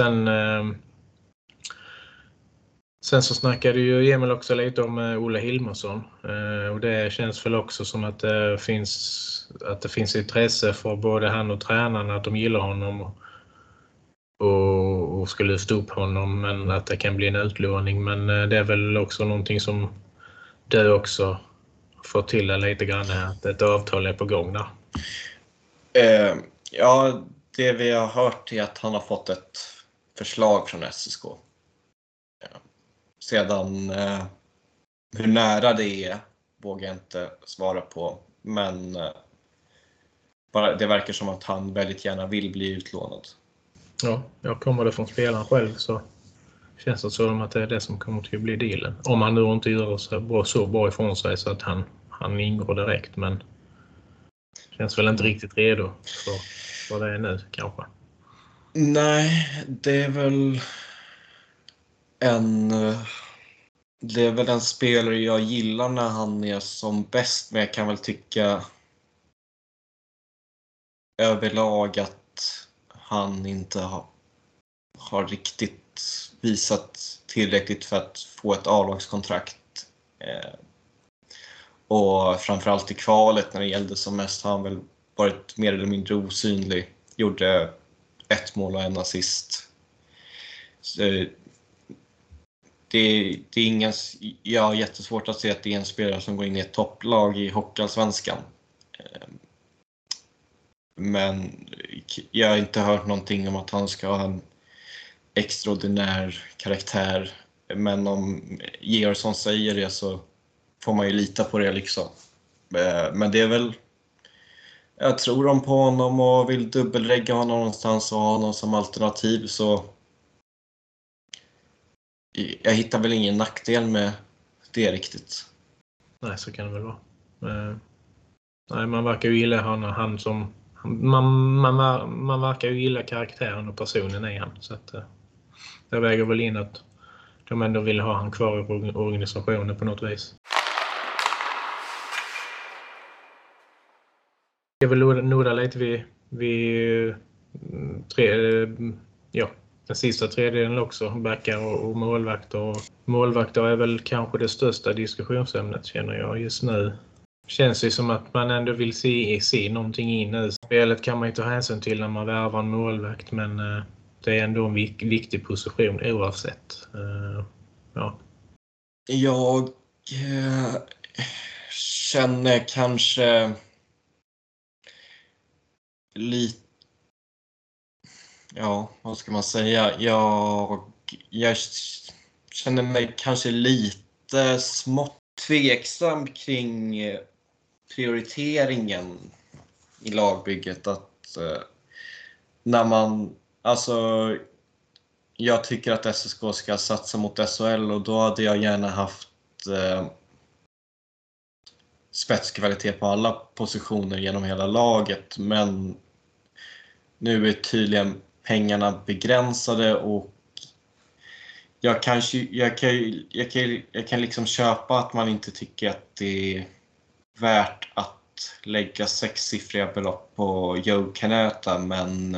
sen så snackade ju Emil också lite om Olle Hilmarsson, och det känns väl också som att det finns intresse för både han och tränarna, att de gillar honom och ska lyfta upp honom, men att det kan bli en utlåning. Men det är väl också någonting som du också får till lite grann här, att ett avtal är på gång där. Ja, det vi har hört är att han har fått ett förslag från SSK. Sedan hur nära det är vågar jag inte svara på, men det verkar som att han väldigt gärna vill bli utlånad. Ja, jag kommer det från spelaren själv, så känns det som att det är det som kommer till att bli dealen. Om han nu inte gör så bra ifrån sig så att han ingår direkt, men känns väl inte riktigt redo för vad det är nu kanske. Nej, det är väl en spelare jag gillar när han är som bäst, men jag kan väl tycka överlag att han inte har riktigt visat tillräckligt för att få ett A-lagskontrakt. Och framförallt i kvalet när det gällde som mest har han väl varit mer eller mindre osynlig. Gjorde 1 mål och 1 assist. Så det är ingen, jag har jättesvårt att se att det är en spelare som går in i ett topplag i Hockeyallsvenskan. Men jag har inte hört någonting om att han ska ha en extraordinär karaktär. Men om Georgsson säger det så får man ju lita på det liksom. Men det är väl... Jag tror de på honom och vill dubbelregga honom någonstans och ha honom som alternativ, så jag hittar väl ingen nackdel med det riktigt. Nej, så kan det väl vara. Nej, man verkar ju gilla han som... Man verkar ju gilla karaktären och personen i han. Så att det väger väl in att de ändå vill ha han kvar i organisationen på något vis. Jag vill nodda lite vid den sista tredjedelen också, backar och målvakter. Målvakter är väl kanske det största diskussionsämnet, känner jag just nu. Känns ju som att man ändå vill se någonting in nu. Spelet kan man ju ta hänsyn till när man värvar en målvakt, men det är ändå en viktig position oavsett. Ja. Jag känner kanske lite... Ja, vad ska man säga? Jag känner mig kanske lite smått tveksam kring prioriteringen i lagbygget. Att när man... Alltså, jag tycker att SSK ska satsa mot SHL, och då hade jag gärna haft spetskvalitet på alla positioner genom hela laget. Men nu är tydligen pengarna begränsade, och jag kan liksom köpa att man inte tycker att det är värt att lägga 6-siffriga belopp på Joe Caneta, men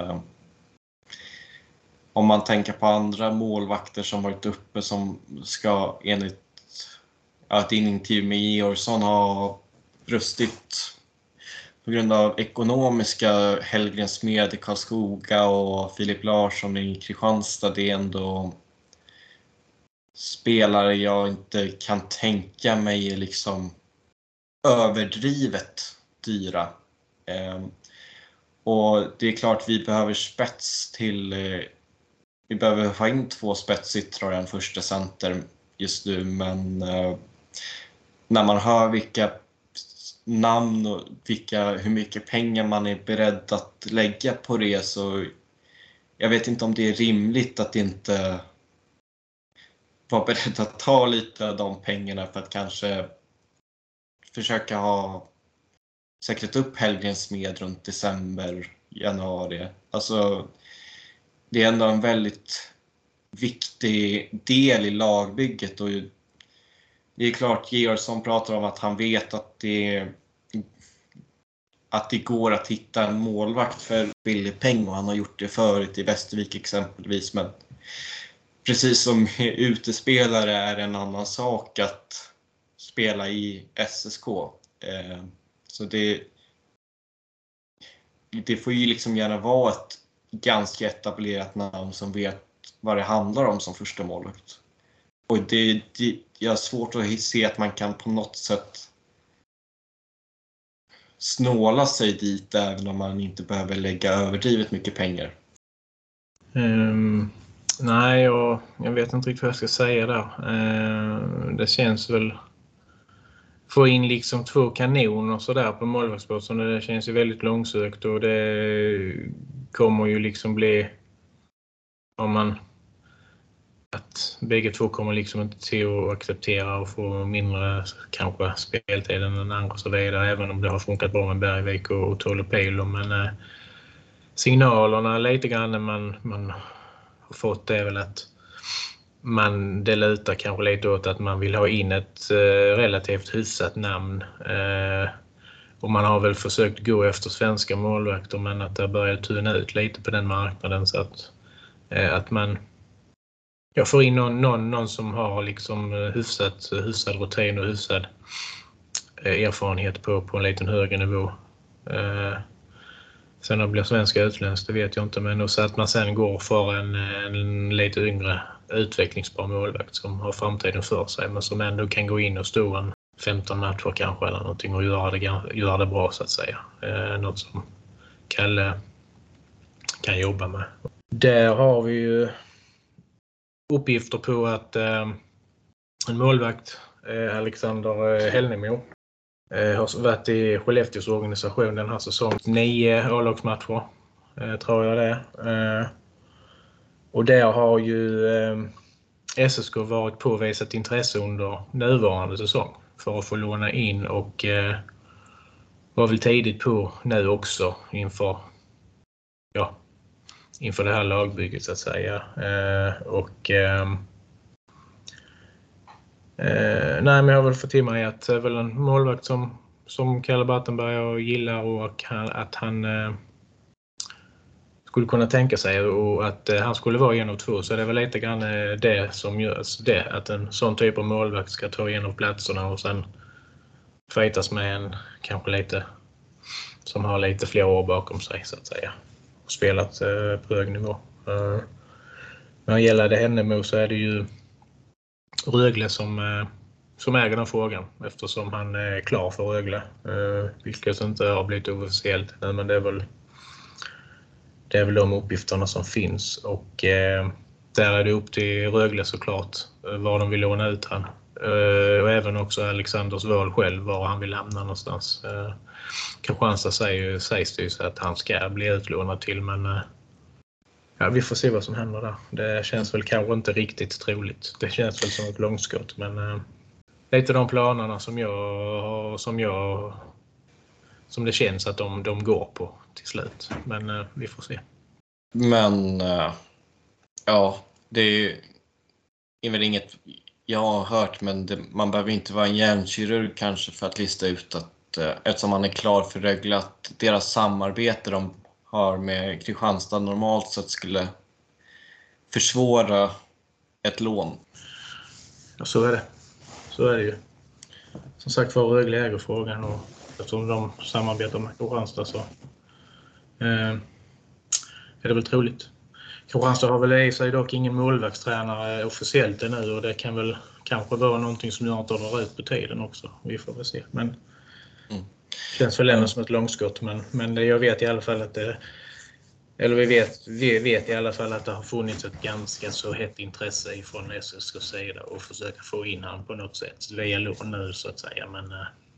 om man tänker på andra målvakter som varit uppe, som ska enligt din intervju med Georgsson ha brustit på grund av ekonomiska, Hellgren Smed i Karlskoga och Filip Larsson i Kristianstad, det är ändå spelare jag inte kan tänka mig är liksom överdrivet dyra. Och det är klart vi behöver spets till... Vi behöver ha in 2 spetsyttrar och en första center just nu, men när man hör vilka namn och hur mycket pengar man är beredd att lägga på det, så jag vet inte om det är rimligt att inte vara beredd att ta lite av de pengarna för att kanske försöka ha säkrat upp Hellgrens Smed runt december, januari. Alltså, det är ändå en väldigt viktig del i lagbygget, och det är klart Georgsson pratar om att han vet att det går att hitta en målvakt för billig peng, och han har gjort det förut i Västervik exempelvis, men precis som utespelare är en annan sak att spela i SSK. Så det får ju liksom gärna vara ett ganska etablerat namn som vet vad det handlar om som första målvakt. Och jag har svårt att se att man kan på något sätt snåla sig dit, även om man inte behöver lägga överdrivet mycket pengar. Nej, jag vet inte riktigt vad jag ska säga där. Det känns väl... Få in liksom 2 kanoner så där på målvaktsposten, det känns ju väldigt långsökt, och det kommer ju liksom bli... Att bägge 2 kommer liksom inte till att acceptera och få mindre kanske speltid än den andra, så vidare, även om det har funkat bra med Bergvik och Tolopilo. Men signalerna lite grann man har fått är väl att det lutar kanske lite åt att man vill ha in ett relativt hyfsat namn. Och man har väl försökt gå efter svenska målvakter, men att det börjar tunna ut lite på den marknaden, så att man... Jag får in någon som har liksom hyfsad rutin och hyfsad erfarenhet på en liten högre nivå. Sen om det blir svenska utländskt, det vet jag inte, men så att man sen går för en lite yngre utvecklingsbar målvakt som har framtiden för sig, men som ändå kan gå in och stå en 15 matcher kanske eller någonting och göra det bra, så att säga. Något som Kalle kan jobba med. Där har vi ju uppgifter på att en målvakt, Alexander Hellnemo, har varit i Skellefteås organisation den här säsongen. 9 A-lagsmatcher, tror jag det. Och där har ju SSK varit påvisat intresse under nuvarande säsong för att få låna in, och var väl tidigt på nu också inför det här lagbygget så att säga. Nej, men jag har väl fått till mig att det är väl en målvakt som Kalle Battenberg gillar, och att han skulle kunna tänka sig, och att han skulle vara en av två. Så det är väl lite grann det som görs, det att en sån typ av målvakt ska ta en av platserna och sen fightas med en kanske lite som har lite fler år bakom sig så att säga, och spelat på hög nivå. När det gäller det Hennemo så är det ju Rögle som äger den frågan, eftersom han är klar för Rögle, vilket inte har blivit officiellt. Men det är väl de uppgifterna som finns, och där är det upp till Rögle såklart var de vill låna ut han. Och även också Alexanders val själv var han vill hamna någonstans. Kristianstad sägs det ju så att han ska bli utlånad till, men vi får se vad som händer där. Det känns väl kanske inte riktigt troligt. Det känns väl som ett långskott, men lite de planerna som det känns att de går på till slut. Men vi får se. Men det är väl inget jag har hört, men man behöver inte vara en hjärnkirurg kanske för att lista ut att eftersom man är klar för Rögle, att deras samarbete de har med Kristianstad normalt sett skulle försvåra ett lån. Ja, så är det ju. Som sagt var, Rögle äger frågan, och eftersom de samarbetar med Kristianstad så är det väl troligt. Kristianstad har väl i sig dock ingen målvaktstränare officiellt ännu, och det kan väl kanske vara någonting som gör att de drar ut på tiden också. Vi får väl se. Men känns väl ändå som ett långskott, men jag vet i alla fall att vi vet i alla fall att det har funnits ett ganska så hett intresse från SSKs sida och försöka få in han på något sätt via lån nu så att säga, men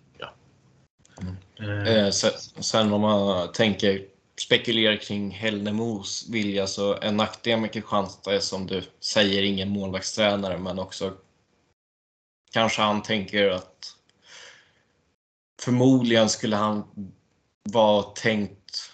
Sen om man spekulerar kring Hellnemos vilja, så en nackdel med Kristianstad är, som du säger, ingen målvaktstränare, men också kanske han tänker att förmodligen skulle han vara tänkt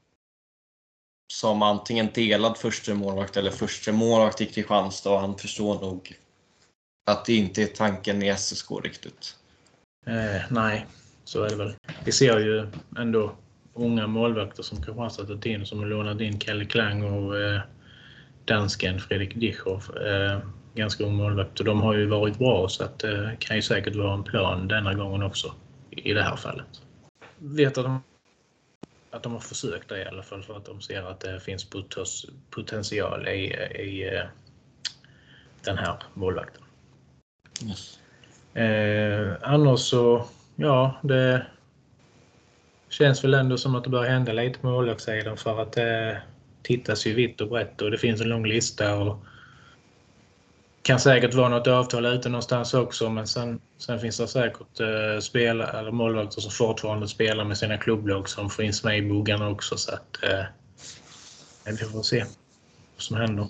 som antingen delad första målvakt eller första målvakt i Kristianstad, och han förstår nog att det inte är tanken i SSK riktigt. Nej, så är det väl. Vi ser ju ändå unga målvakter som Kristianstad tagit in, som har lånat in Kalle Klang och dansken Fredrik Dichow. Ganska ung målvakt, och de har ju varit bra, så att det kan ju säkert vara en plan denna gången också i det här fallet. Vet att de har försökt det i alla fall, för att de ser att det finns potential i den här målvakten. Yes. Annars så, det känns väl ändå som att det börjar hända lite på målvaktssidan, för att det tittas ju vitt och brett, och det finns en lång lista, och kan säkert vara något avtal ute någonstans också, men sen finns det säkert spelare eller målvakter som fortfarande spelar med sina klubblag som finns med i buggarna också, så att vi får se vad som händer.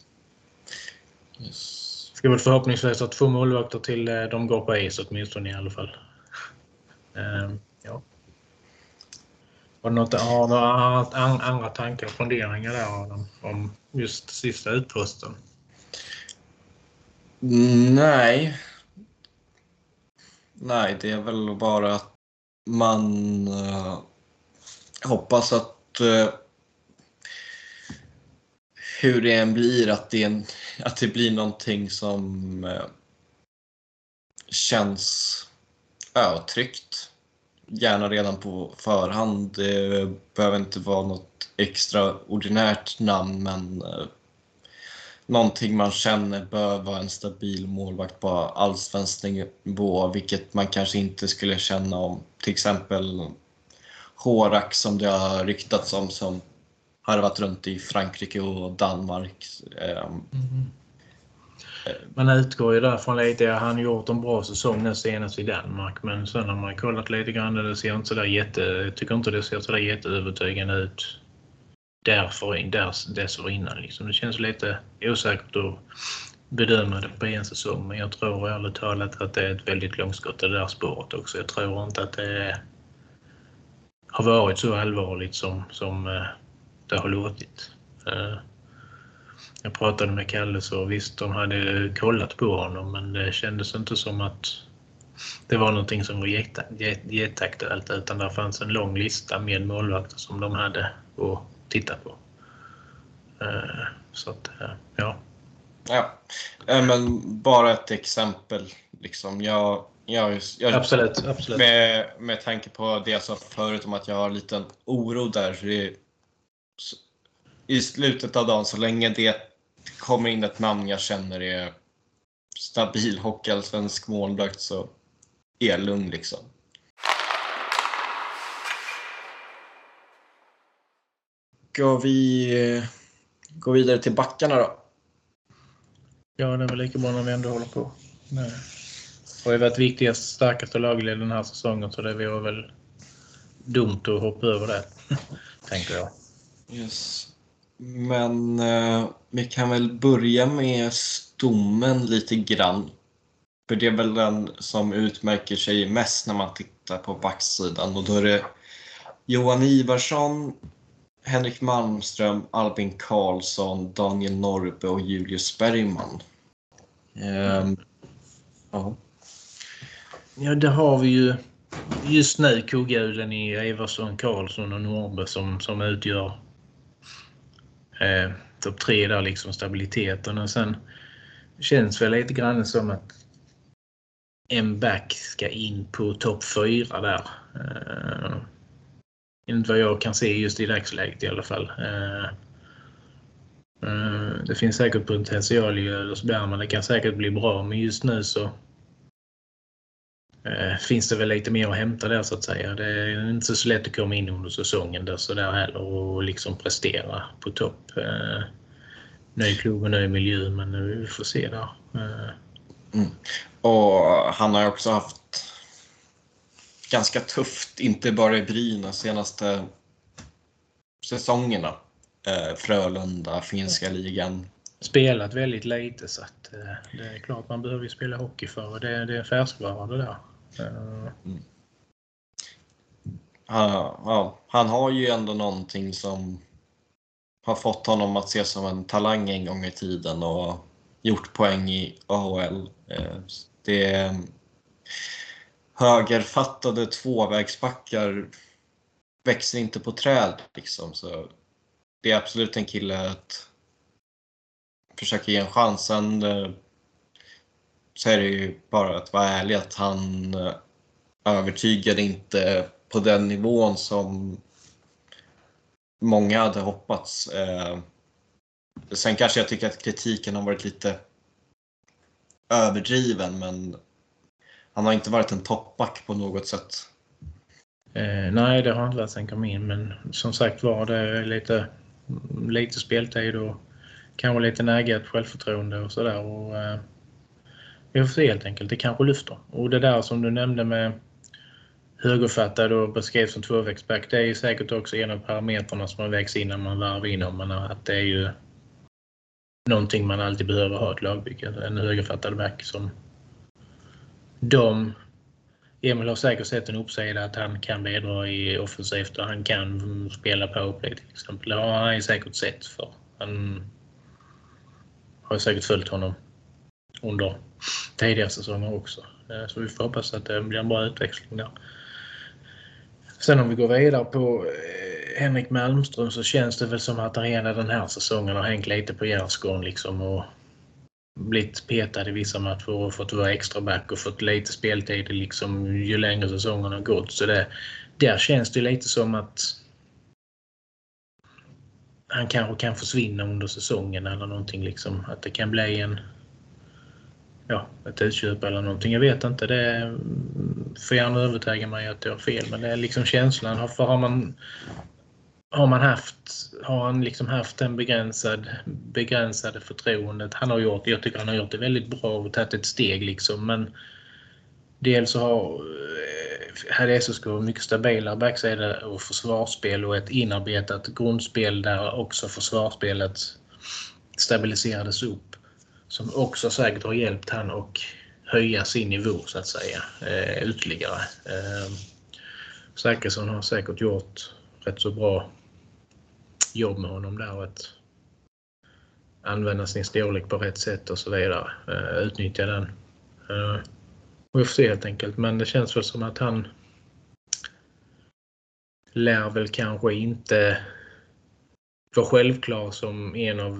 Yes. Ska väl förhoppningsvis att 2 målvakter till de går på is åtminstone i alla fall. Har du några andra tankar och funderingar där om just sista utposten? Nej, det är väl bara att man hoppas att hur det än blir, att det blir någonting som känns tryggt. Gärna redan på förhand. Det behöver inte vara något extraordinärt namn, men någonting man känner bör vara en stabil målvakt på allsvensk nivå, vilket man kanske inte skulle känna om till exempel Horak som det har ryktats om, som har varit runt i Frankrike och Danmark. Man utgår ju därifrån lite. Han har gjort en bra säsong nu senast i Danmark, men sen har man kollat lite grann. Det ser inte så där jag tycker inte det ser så där jätteövertygande ut dessförinnan. Liksom. Det känns lite osäkert att bedöma det på en säsong, men jag tror ärligt talat att det är ett väldigt långskott det där spåret också. Jag tror inte att det har varit så allvarligt som det har låtit. Jag pratade med Kalle, så visst, de hade kollat på honom, men det kändes inte som att det var någonting som var jätteaktuellt, utan där fanns en lång lista med målvakter som de hade att titta på. Så att, ja. Ja, men bara ett exempel. Liksom. Jag Absolut. Med tanke på det jag sa förut om att jag har en liten oro där. Så i slutet av dagen, så länge det kommer in ett namn jag känner är stabil hockeyallsvensk målvakt, så är jag lugn liksom. Ska vi gå vidare till backarna då? Ja, det är väl lika bra när vi ändå håller på. Nej. Det har ju varit viktigast, starkaste laget i den här säsongen, så det var väl dumt att hoppa över det, tänker jag. Yes. Men vi kan väl börja med stommen lite grann. För det är väl den som utmärker sig mest när man tittar på backsidan. Och då är det Johan Ivarsson, Henrik Malmström, Albin Karlsson, Daniel Norbe och Julius Bergman. Ja, det har vi ju just nu kugghjulen i Ivarsson, Karlsson och Norbe som utgör topp 3 där, liksom stabiliteten. Och sen känns väl lite grann som att en back ska in på topp 4 där. Inte vad jag kan se just i dagsläget i alla fall. Det finns säkert potential i Julius Bergman. Det kan säkert bli bra, men just nu så finns det väl lite mer att hämta där, så att säga. Det är inte så lätt att komma in under säsongen där så där heller och liksom prestera på topp. Ny klubb och ny miljö, men vi får se där. Och han har också haft ganska tufft, inte bara i Brynäs senaste säsongerna. Frölunda, finska ligan. Spelat väldigt lite, så att det är klart man behöver spela hockey för. Det är färskvara det där. Han har ju ändå någonting som har fått honom att se som en talang en gång i tiden och gjort poäng i AHL. Det högerfattade tvåvägsbackar växer inte på träd liksom, så det är absolut en kille att försöka ge en chans. Sen så är det ju bara att vara ärlig att han övertygade inte på den nivån som många hade hoppats. Sen kanske jag tycker att kritiken har varit lite överdriven, men han har inte varit en toppback på något sätt. Nej, det har inte varit sen kom in, men som sagt var det lite speltid och kanske lite nägat självförtroende och sådär. Och vi får se helt enkelt, det kanske lyfter. Och det där som du nämnde med högerfattad och beskrevs som tvåvägsback, det är ju säkert också en av parametrarna som man vägs in när man varvar in om man att det är ju någonting man alltid behöver ha ett lagbygge. En högerfattad back som Emil har säkert sett en uppsida att han kan bidra i offensivt och han kan spela powerplay till exempel. Det har han säkert sett, för han har säkert följt honom under tidigare säsonger också. Så vi får hoppas att det blir en bra utväxling där. Sen om vi går vidare på Henrik Malmström, så känns det väl som att hela den här säsongen har hängt lite på gärdsgården liksom och blivit petad i vissa matcher och fått vara extra back och fått lite speltid liksom ju längre säsongen har gått. Så där känns det lite som att han kanske kan försvinna under säsongen eller någonting liksom. Att det kan bli ett utköp eller någonting. Jag vet inte, det får gärna övertäga mig att jag har fel, men det är liksom känslan. Har han liksom haft den begränsade förtroendet han har gjort. Jag tycker han har gjort det väldigt bra och tagit ett steg liksom, men dels så hade SSK mycket stabilare backsida och försvarsspel och ett inarbetat grundspel där också försvarsspelet stabiliserades upp, som också säkert har hjälpt han att höja sin nivå så att säga ytterligare. Zachrisson har säkert gjort rätt så bra jobb med honom där, att använda sin storlek på rätt sätt och så vidare, utnyttja den. Och vi får se helt enkelt, men det känns väl som att han lär väl kanske inte vara självklar som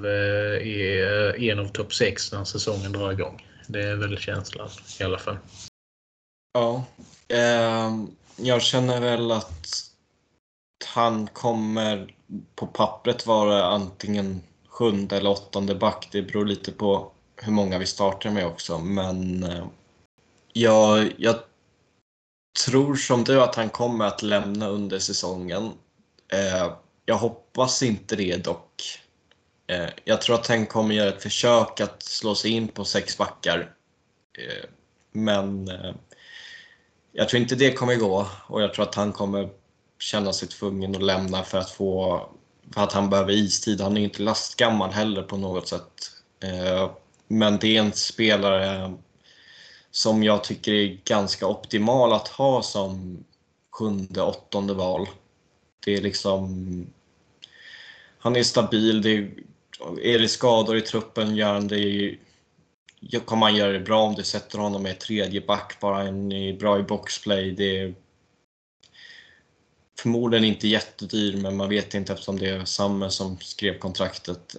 en av topp 6 när säsongen drar igång. Det är väl känslan i alla fall. Ja, jag känner väl att han kommer på pappret vara antingen 7:e eller 8:e back. Det beror lite på hur många vi startar med också. Men jag tror som du att han kommer att lämna under säsongen. Jag hoppas inte det dock. Jag tror att han kommer göra ett försök att slå sig in på 6 backar. Men jag tror inte det kommer gå. Och jag tror att han kommer känna sig tvungen att lämna för att han behöver istid. Han är inte lastgammal heller på något sätt. Men det är en spelare som jag tycker är ganska optimal att ha som 7:e, 8:e val. Det är liksom, han är stabil. Är det skador i truppen kommer han göra det bra om du sätter honom med 3:e back. Bara han är bra i boxplay. Det är förmodligen inte jättedyr, men man vet inte eftersom det är samma som skrev kontraktet.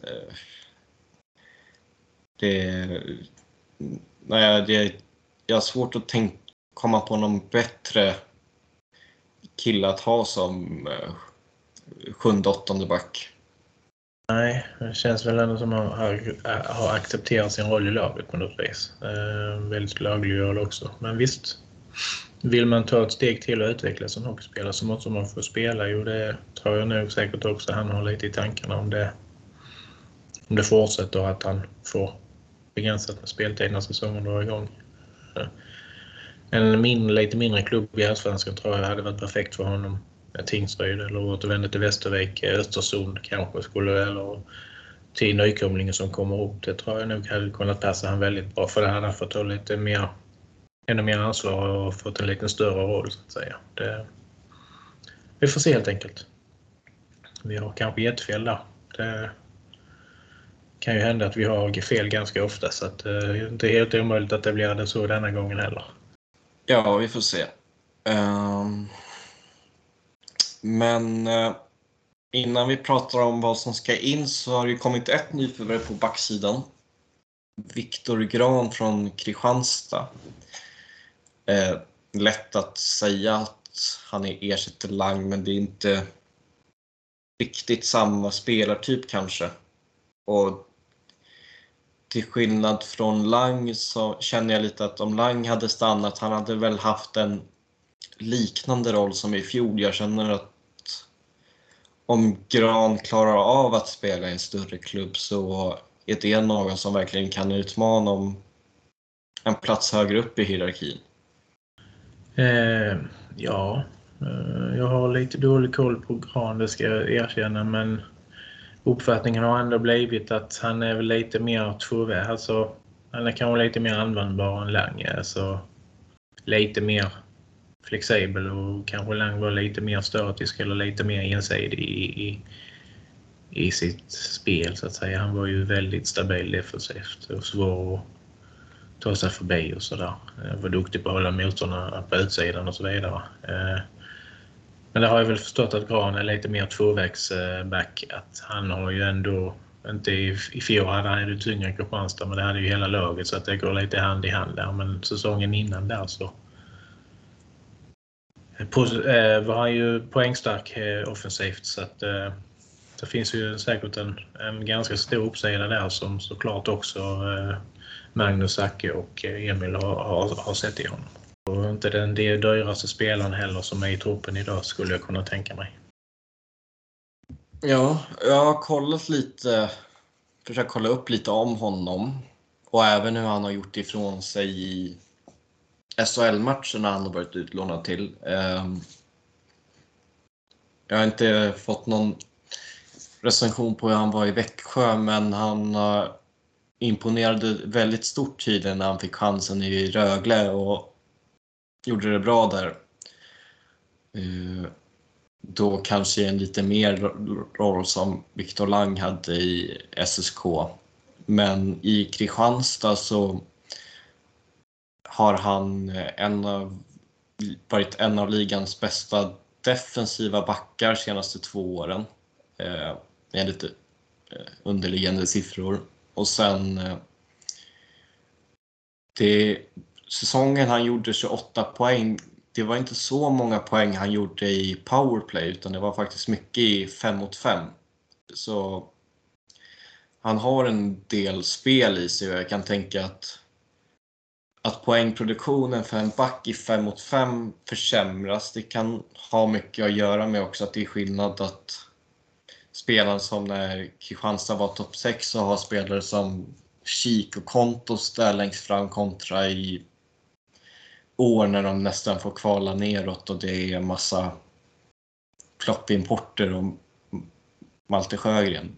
Jag har svårt att komma på någon bättre kille att ha som 7:e, 8:e back. Nej, det känns väl ändå som att han har accepterat sin roll i laget på något vis. Väldigt laglig roll också. Men visst, vill man ta ett steg till och utvecklas som hockeyspelare så måste man få spela. Jo, det tror jag nog säkert också han har lite i tankarna om det fortsätter att han får begränsat med speltid när säsongen drar igång. Lite mindre klubb i Allsvenskan tror jag hade varit perfekt för honom. Tingsryd eller återvända till Västervik, Östersund kanske skulle, eller till nykomlingen som kommer upp. Det tror jag nog hade kunnat passa han väldigt bra, för det hade han fått ta lite ännu mer ansvar och fått en lite större roll så att säga. Vi får se helt enkelt. Vi har kanske gett fel där. Det kan ju hända att vi har fel ganska ofta, så att det är inte helt omöjligt att det blir det så denna gången heller. Ja, vi får se. Men innan vi pratar om vad som ska in så har det kommit ett nyförvärv på backsidan. Viktor Gran från Kristianstad. Lätt att säga att han är ersätter Lang, men det är inte riktigt samma spelartyp kanske. Och till skillnad från Lang så känner jag lite att om Lang hade stannat, han hade väl haft en liknande roll som i fjol. Jag känner att om Gran klarar av att spela i en större klubb så är det någon som verkligen kan utmana om en plats högre upp i hierarkin. Jag har lite dålig koll på Gran, det ska jag erkänna, men uppfattningen har ändå blivit att han är väl lite mer tvåväg. Alltså, han är kanske lite mer användbar än Lang. Alltså, lite mer flexibel, och kanske Lang var lite mer statisk eller lite mer ensidig i sitt spel så att säga. Han var ju väldigt stabil defensivt och svår att ta sig förbi och sådär. Var duktig på att hålla motorna på utsidan och så vidare. Men det har jag väl förstått att Gran är lite mer tvåvägsback. Att han har ju ändå, inte i fjol hade han ju tyngre i Kristianstad, men det hade ju hela laget så att det går lite hand i hand där. Men säsongen innan där så var han ju poängstark offensivt, så att det finns ju säkert en ganska stor uppsida där som såklart också Magnus Zacke och Emil har sett i honom. Och inte den dyraste spelaren heller som är i truppen idag, skulle jag kunna tänka mig. Ja, jag har kollat lite, försökt kolla upp lite om honom och även hur han har gjort ifrån sig i SHL-matcherna han har varit utlånad till. Jag har inte fått någon recension på hur han var i Växjö, men han imponerade väldigt stort tiden när han fick chansen i Rögle och gjorde det bra där. Då kanske en lite mer roll som Victor Lang hade i SSK. Men i Kristianstad så har han varit en av ligans bästa defensiva backar senaste 2 åren. Med lite underliggande siffror. Och sen säsongen han gjorde 28 poäng. Det var inte så många poäng han gjorde i powerplay, utan det var faktiskt mycket i 5-mot-5. Så han har en del spel i sig och jag kan tänka att poängproduktionen för en back i 5-mot-5 försämras. Det kan ha mycket att göra med också att det är skillnad att spelare som när Kristianstad var topp 6 så har spelare som Kik och Kontos där längst fram kontra i år när de nästan får kvala neråt och det är en massa floppimporter och Malte Sjögren.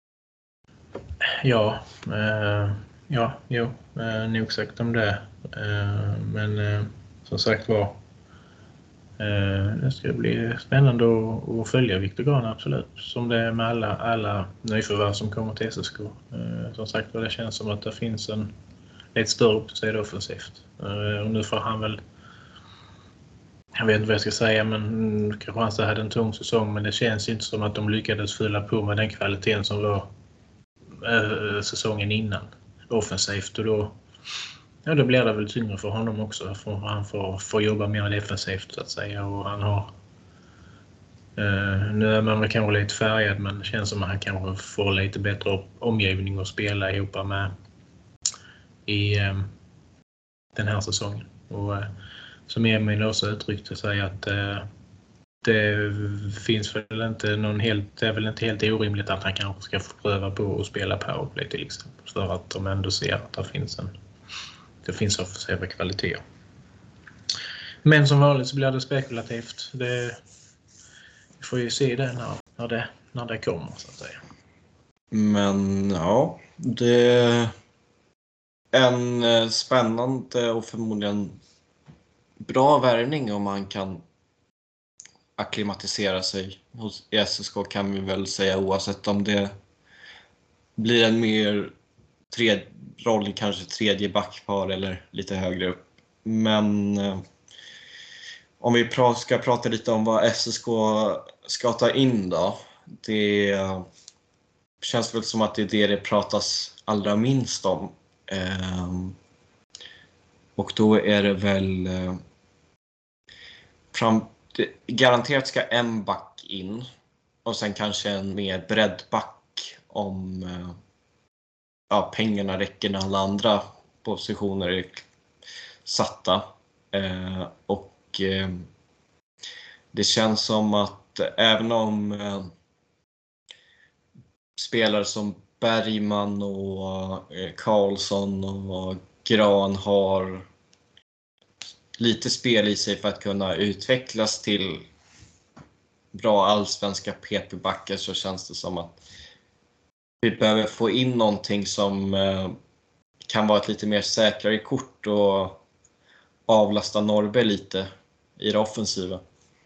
Nog sagt om det. Men som sagt var, det ska bli spännande att följa Viktor Grahn, absolut. Som det är med alla nyförvärv som kommer till SSK. Som sagt var, det känns som att det finns en lite större uppsida offensivt. Och nu får han väl, jag vet inte vad jag ska säga, men Kristianstad hade en tung säsong, men det känns inte som att de lyckades fylla på med den kvaliteten som var säsongen innan offensivt, och då blir det väl tyngre för honom också, för han får jobba mer defensivt så att säga, och han har nu är man kanske lite färgad, men det känns som att han kanske får lite bättre omgivning att spela ihop med i den här säsongen. Och som Emil också uttryckte sig att det finns väl inte det är väl inte helt orimligt att han kanske ska få pröva på att spela powerplay till exempel, för att de ändå ser att det finns offensiva kvaliteter. Men som vanligt så blir det spekulativt. Vi får ju se det när det kommer så att säga. Men ja, det är en spännande och förmodligen bra värvning om man kan akklimatisera sig hos SSK, kan vi väl säga, oavsett om det blir en mer roll, kanske tredje backpar eller lite högre upp. Men om vi ska prata lite om vad SSK ska ta in då. Det känns väl som att det är det pratas allra minst om. Och då är det väl garanterat ska en back in och sen kanske en mer breddback om pengarna räcker när alla andra positioner är satta. Och det känns som att även om spelare som Bergman och Karlsson och Gran har lite spel i sig för att kunna utvecklas till bra allsvenska PP-backar, så känns det som att vi behöver få in någonting som kan vara ett lite mer säkrare kort och avlasta Norrby lite i det offensiva.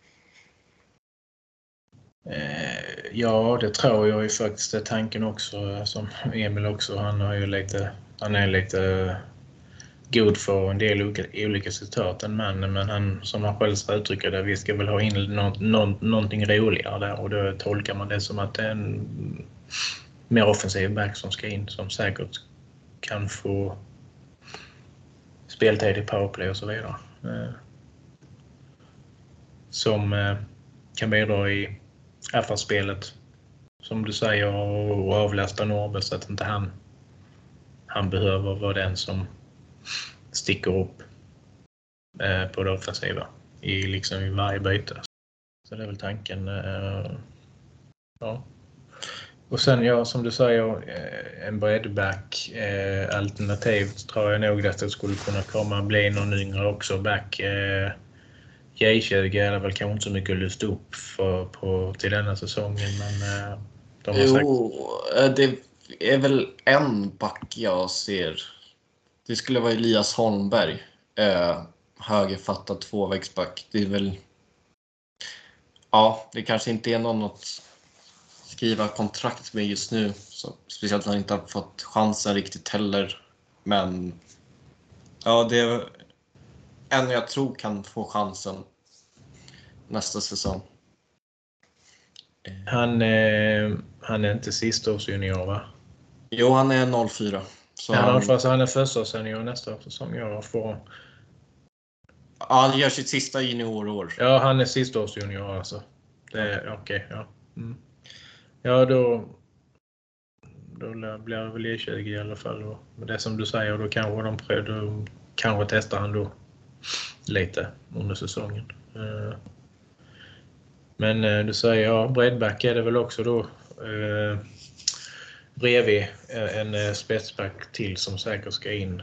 Ja, det tror jag ju faktiskt är tanken också, som Emil också. Han är lite god för en del olika citat, men han, som han själv uttrycker det, vi ska väl ha in någonting roligare där, och då tolkar man det som att det är en mer offensiv back som ska in, som säkert kan få speltid i powerplay och så vidare. Som kan bidra i affärsspelet, som du säger, och avlasta Norrby så att inte han han behöver vara den som sticker upp på det offensiva i varje byte. Så det är väl tanken. Ja. Och sen som du säger, en breddback alternativt tror jag nog att det skulle kunna bli någon yngre också back. J20 är det väl kanske inte så mycket att lyfta upp till denna säsongen, men de har sagt... det är väl en back jag ser. Det skulle vara Elias Holmberg, högerfattad tvåvägsback. Det är väl... Ja, det kanske inte är någon att skriva kontrakt med just nu. Så, speciellt när han inte har fått chansen riktigt heller. Men ja, det är en jag tror kan få chansen nästa säsong. Han är inte sistaårsjunior, va? Jo, han är 04. Så han är förstaårssenior nästa säsong. Jag får... Ja, han gör sitt sista juniorår. Ja, han är sistaårsjunior alltså. Det är okej, ja. Mm. Ja, då blir det väl E20 i alla fall. Men det som du säger, då kanske testar han då lite under säsongen. Men du säger, breddback är det väl också då bredvid en spetsback till som säkert ska in.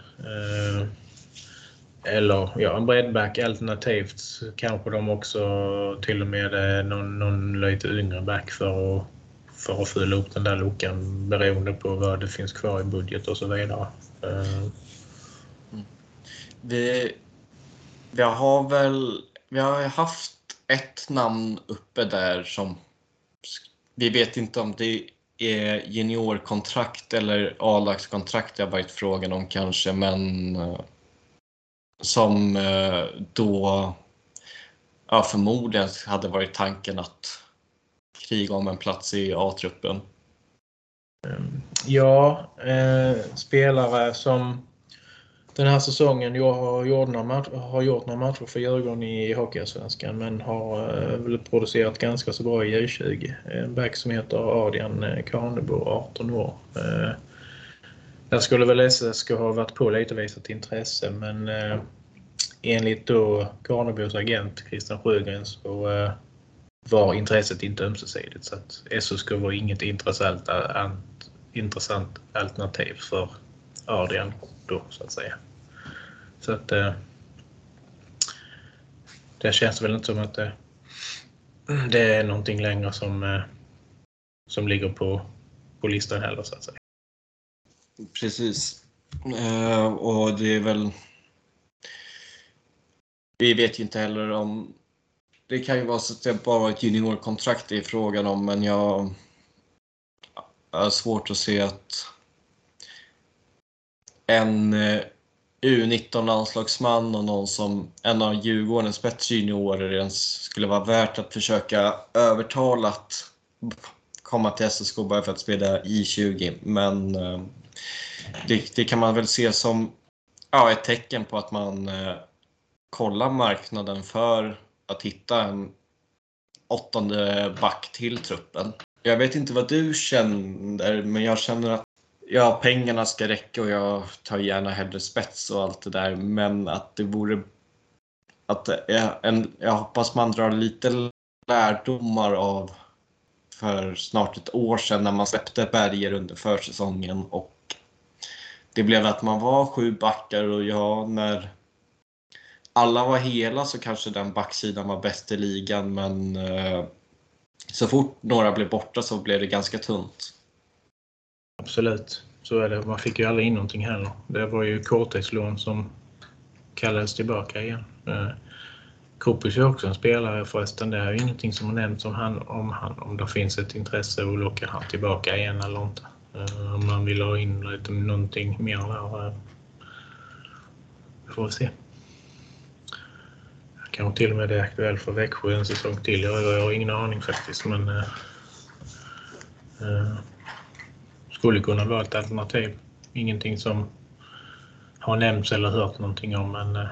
Eller en breddback alternativt kanske de också till och med någon lite yngre back för att fylla upp den där luckan beroende på vad det finns kvar i budget och så vidare. Vi har haft ett namn uppe där som vi vet inte om det är juniorkontrakt eller A-lagskontrakt jag varit frågan om kanske, men som då förmodligen hade varit tanken att kriga om en plats i A-truppen. Ja, spelare som den här säsongen har gjort några matcher för Djurgården i Hockeyallsvenskan, men har väl producerat ganska så bra i J20. En back som heter Adrian Karnebo, 18 år. Där skulle väl SSK ha varit på lite visat intresse, men enligt då Karnebos agent Christian Sjögren så var intresset inte ömsesidigt, så att SSK var inget intressant alternativ för Adrian då, så att säga. Så att det känns väl inte som att det är någonting längre som ligger på listan heller, så att säga. Precis. Och det är väl... Vi vet ju inte heller om... Det kan ju vara så att det bara var ett juniorkontrakt i frågan om, men jag har svårt att se att en U19-landslagsman och någon som en av Djurgårdens bättre juniorer ens skulle vara värt att försöka övertala att komma till SSK bara för att spela I20. Men det kan man väl se som ett tecken på att man kollar marknaden för att hitta en 8:e back till truppen. Jag vet inte vad du känner, men jag känner att pengarna ska räcka och jag tar gärna hellre spets och allt det där, men att det vore att jag hoppas man drar lite lärdomar av för snart ett år sedan när man släppte Berger under försäsongen och det blev att man var 7 backar och när alla var hela så kanske den backsidan var bäst i ligan, men så fort några blev borta så blev det ganska tunt. Absolut, så är det. Man fick ju aldrig in någonting heller. Det var ju korttidslån som kallades tillbaka igen. Kopus är också en spelare förresten. Det är ju ingenting som har nämnts om det finns ett intresse att locka han tillbaka igen eller inte. Om man vill ha in lite någonting mer där. Får vi se. Kanske till och med det är aktuellt för Växjö en säsong till. Jag har ingen aning faktiskt, men skulle kunna vara ett alternativ. Ingenting som har nämnts eller hört någonting om, men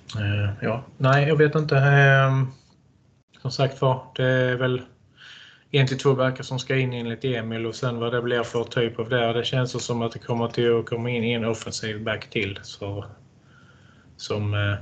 nej, jag vet inte. Som sagt var, det är väl 1 till 2 backar som ska in enligt Emil, och sen vad det blir för typ av det känns som att det kommer till att komma in en offensiv back till som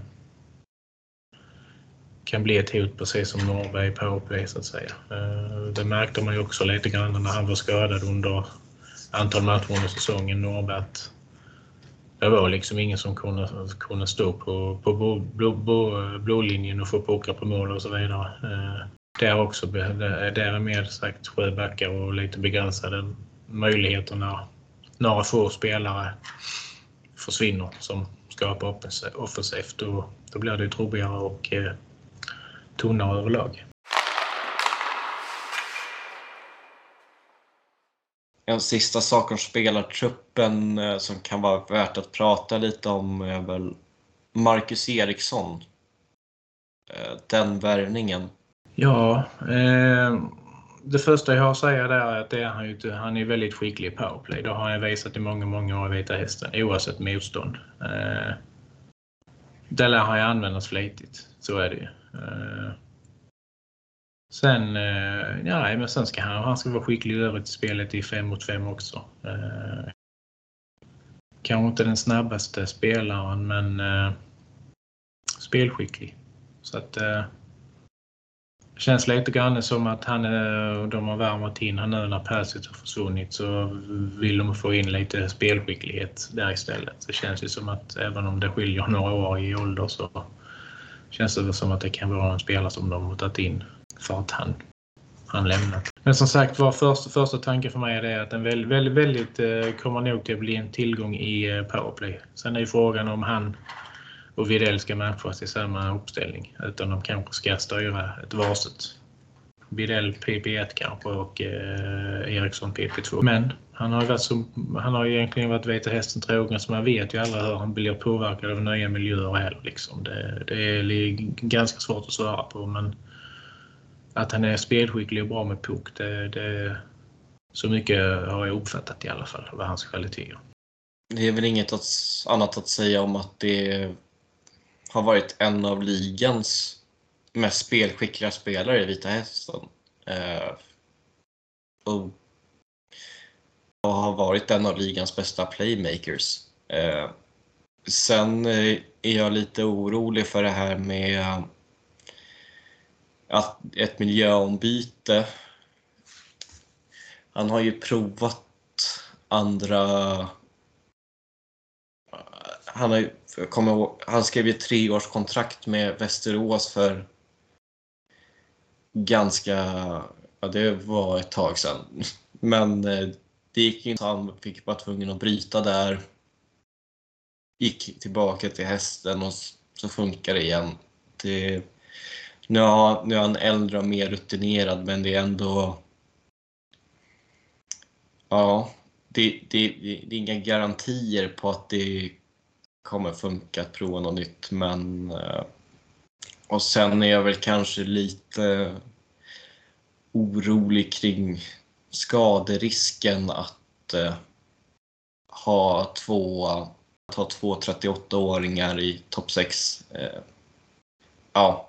kan bli ett hot precis som Norberg i powerplay så att säga. Det märkte man ju också lite grann när han var skadad under antal matcher under säsongen, Norberg, att det var liksom ingen som kunde stå på blålinjen och få puckar på mål och så vidare. Där också, där är mer sagt 7 backar och lite begränsade möjligheter när några få spelare försvinner som skapar offensivt. Då blir det ju trubbigare och tunnare överlag. En sista sak om spelartruppen som kan vara värt att prata lite om är väl Marcus Eriksson. Den värvningen. Ja, det första jag har att säga där är att han är väldigt skicklig i powerplay. Det har han visat i många år i Vita Hästen, oavsett motstånd. Det lär han ju användas flitigt, så är det ju. Sen ska han ska vara skicklig över till spelet i 5 mot 5 också. Kanske inte den snabbaste spelaren, men spelskicklig. Så att det känns lite grann som att de har värmat in han nu när Persic har försvunnit, så vill de få in lite spelskicklighet där istället. Det känns ju som att även om det skiljer några år i ålder så känns det som att det kan vara en spelare som de har tagit in för att han lämnat. Men som sagt, första tanken för mig är det att den väldigt kommer nog till att bli en tillgång i powerplay. Sen är ju frågan om han och Widell ska matchas i samma uppställning, utan de kanske ska styra ett varset. Widell PP1 kanske och Eriksson PP2. Men han har ju egentligen varit Vita Hästen trogen, så man vet ju aldrig hur han blir påverkad av nya miljöer heller. Liksom. Det är ganska svårt att svara på, men att han är spelskicklig och bra med puck, det så mycket har jag uppfattat i alla fall vad hans kvaliteter. Det är väl inget annat att säga om att det har varit en av ligans mest spelskickliga spelare i Vita Hästen. Och har varit en av ligans bästa playmakers. Sen är jag lite orolig för det här med att ett miljöombyte. Han har ju provat andra. Han skrev ju 3-årskontrakt med Västerås för det var ett tag sedan. Men det gick inte, han fick bara tvungen att bryta där. Gick tillbaka till Hästen och så funkar det igen. Nu är han äldre och mer rutinerad, men det är ändå... Ja, det är inga garantier på att det kommer funka att prova något nytt, men... Och sen är jag väl kanske lite orolig kring skaderisken att ha två 38-åringar i topp 6. Ja.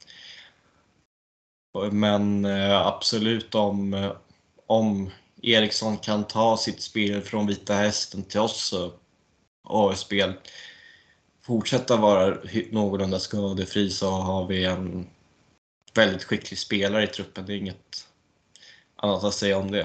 Men absolut om Eriksson kan ta sitt spel från Vita Hästen till oss och spel fortsätta vara någorlunda skadefri, så har vi en väldigt skicklig spelare i truppen. Det är inget annat att säga om det.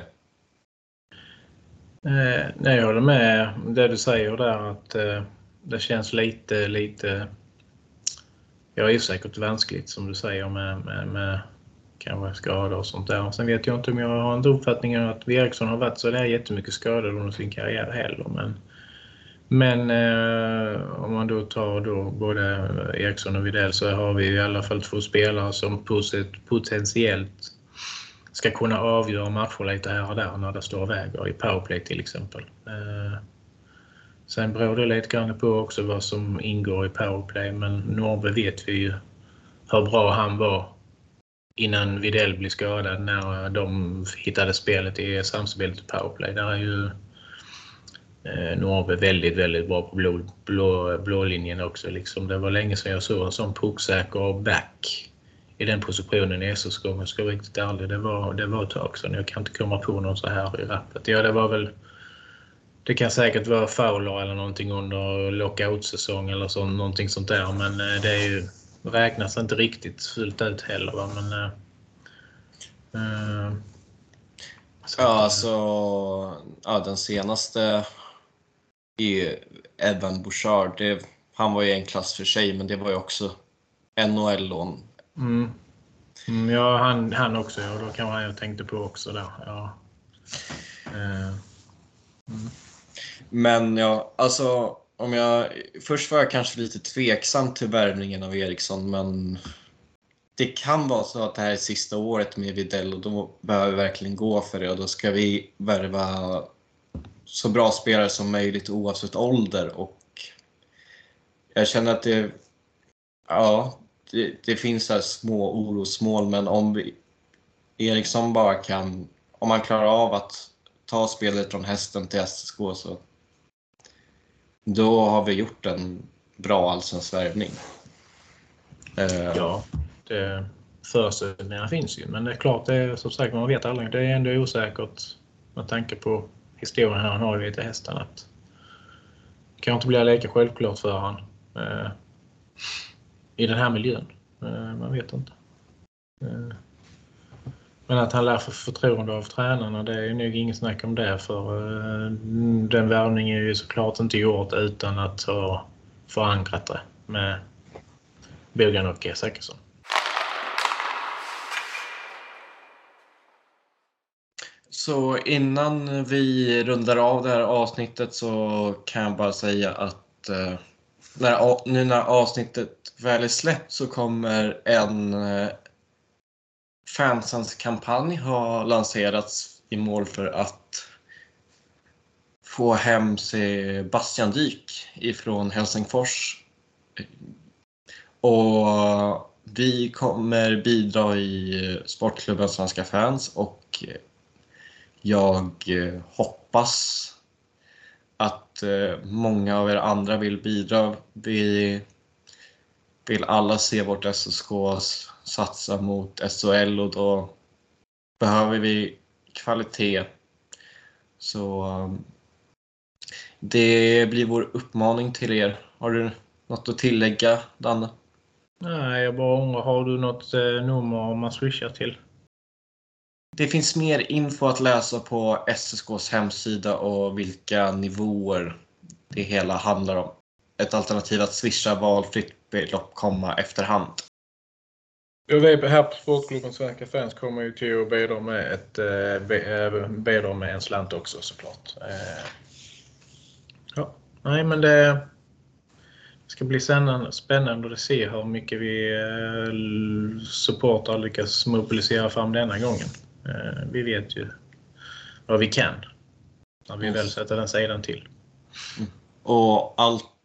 Nej, jag håller med det du säger där, att det känns lite jag är säkert vanskligt som du säger med kanske skador och sånt där. Sen vet jag inte om jag har en uppfattning om att Eriksson har varit så där jättemycket skador under sin karriär heller, men om man då tar både Eriksson och Widell, så har vi i alla fall 2 spelare som potentiellt ska kunna avgöra matcher lite här och där när det står väger i powerplay till exempel. Sen beror det lite grann på också vad som ingår i powerplay, men Norberg vet vi ju hur bra han var innan Widell blev skadad, när de hittade spelet i samspelet i powerplay. Där är ju Norberg väldigt, väldigt bra på blå linjen också. Liksom. Det var länge sedan jag såg en sån pucksäker back i den positionen i SSK, om jag ska vara riktigt ärlig. Det var ett tag sedan. Jag kan inte komma på någon så här i rappet. Ja, det var väl... Det kan säkert vara Fowler eller någonting under lockout-säsong eller så, någonting sånt där. Men det är ju, räknas inte riktigt fullt ut heller. Va? Men, den senaste är Evan Bouchard. Han var ju en klass för sig, men det var ju också NHL-lån. Ja, han också. Ja, då kan jag tänkte på också där. Ja. Men ja, alltså först var jag kanske lite tveksam till värvningen av Eriksson, men det kan vara så att det här är sista året med Widell och då behöver vi verkligen gå för det, och då ska vi värva så bra spelare som möjligt oavsett ålder. Och jag känner att det finns här små orosmål, men om Eriksson bara om man klarar av att ta spelet från hästen till SSK, så då har vi gjort en bra allsvensk värvning. Ja, förutsättningarna finns ju, men det är klart, det är som sagt, man vet aldrig. Det är ändå osäkert med tanke på historien här han har ju lite hästen, att det kan inte bli lika självklart för han i den här miljön. Man vet inte. Men att han lär få förtroende av tränarna, det är nog ingen snack om det, för den värvningen är ju såklart inte gjort utan att ha förankrat det med Bogan och Zachrisson. Så innan vi rundar av det här avsnittet så kan jag bara säga att när avsnittet väl är släppt så kommer en fansens kampanj ha lanserats i mål för att få hem Sebastian Dyk ifrån Helsingfors. Och vi kommer bidra i Sportklubben Svenska Fans, och jag hoppas att många av er andra vill bidra. Vi vill alla se vårt SSK satsa mot SHL, och då behöver vi kvalitet. Så det blir vår uppmaning till er. Har du något att tillägga, Danne? Nej, jag bara undrar, har du något nummer man swishar till? Det finns mer info att läsa på SSKs hemsida och vilka nivåer det hela handlar om. Ett alternativ att swisha valfritt belopp komma efterhand. Jag vet, här på Sportklubben Svenska Fans kommer ju till att bidra med en slant också, såklart. Ja, nej, men det ska bli spännande att se hur mycket vi supportar lyckas mobilisera fram denna gången. Vi vet ju vad vi kan när vi väl sätter den sidan till. Och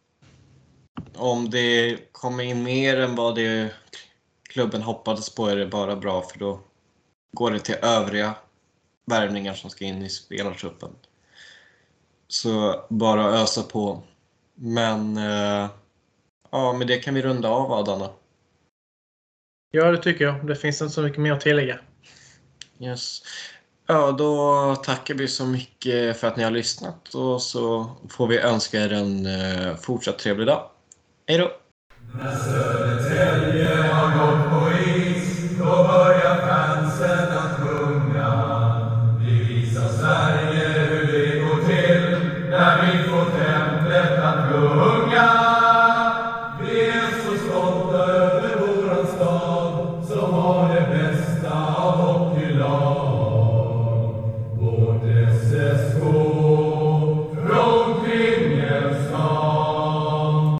om det kommer in mer än vad klubben hoppades på är det bara bra, för då går det till övriga värvningar som ska in i spelartruppen. Så bara ösa på. Men med det kan vi runda av, Adana. Ja, det tycker jag. Det finns inte så mycket mer att tillägga. Yes. Ja, då tackar vi så mycket för att ni har lyssnat, och så får vi önska er en fortsatt trevlig dag. Hej då!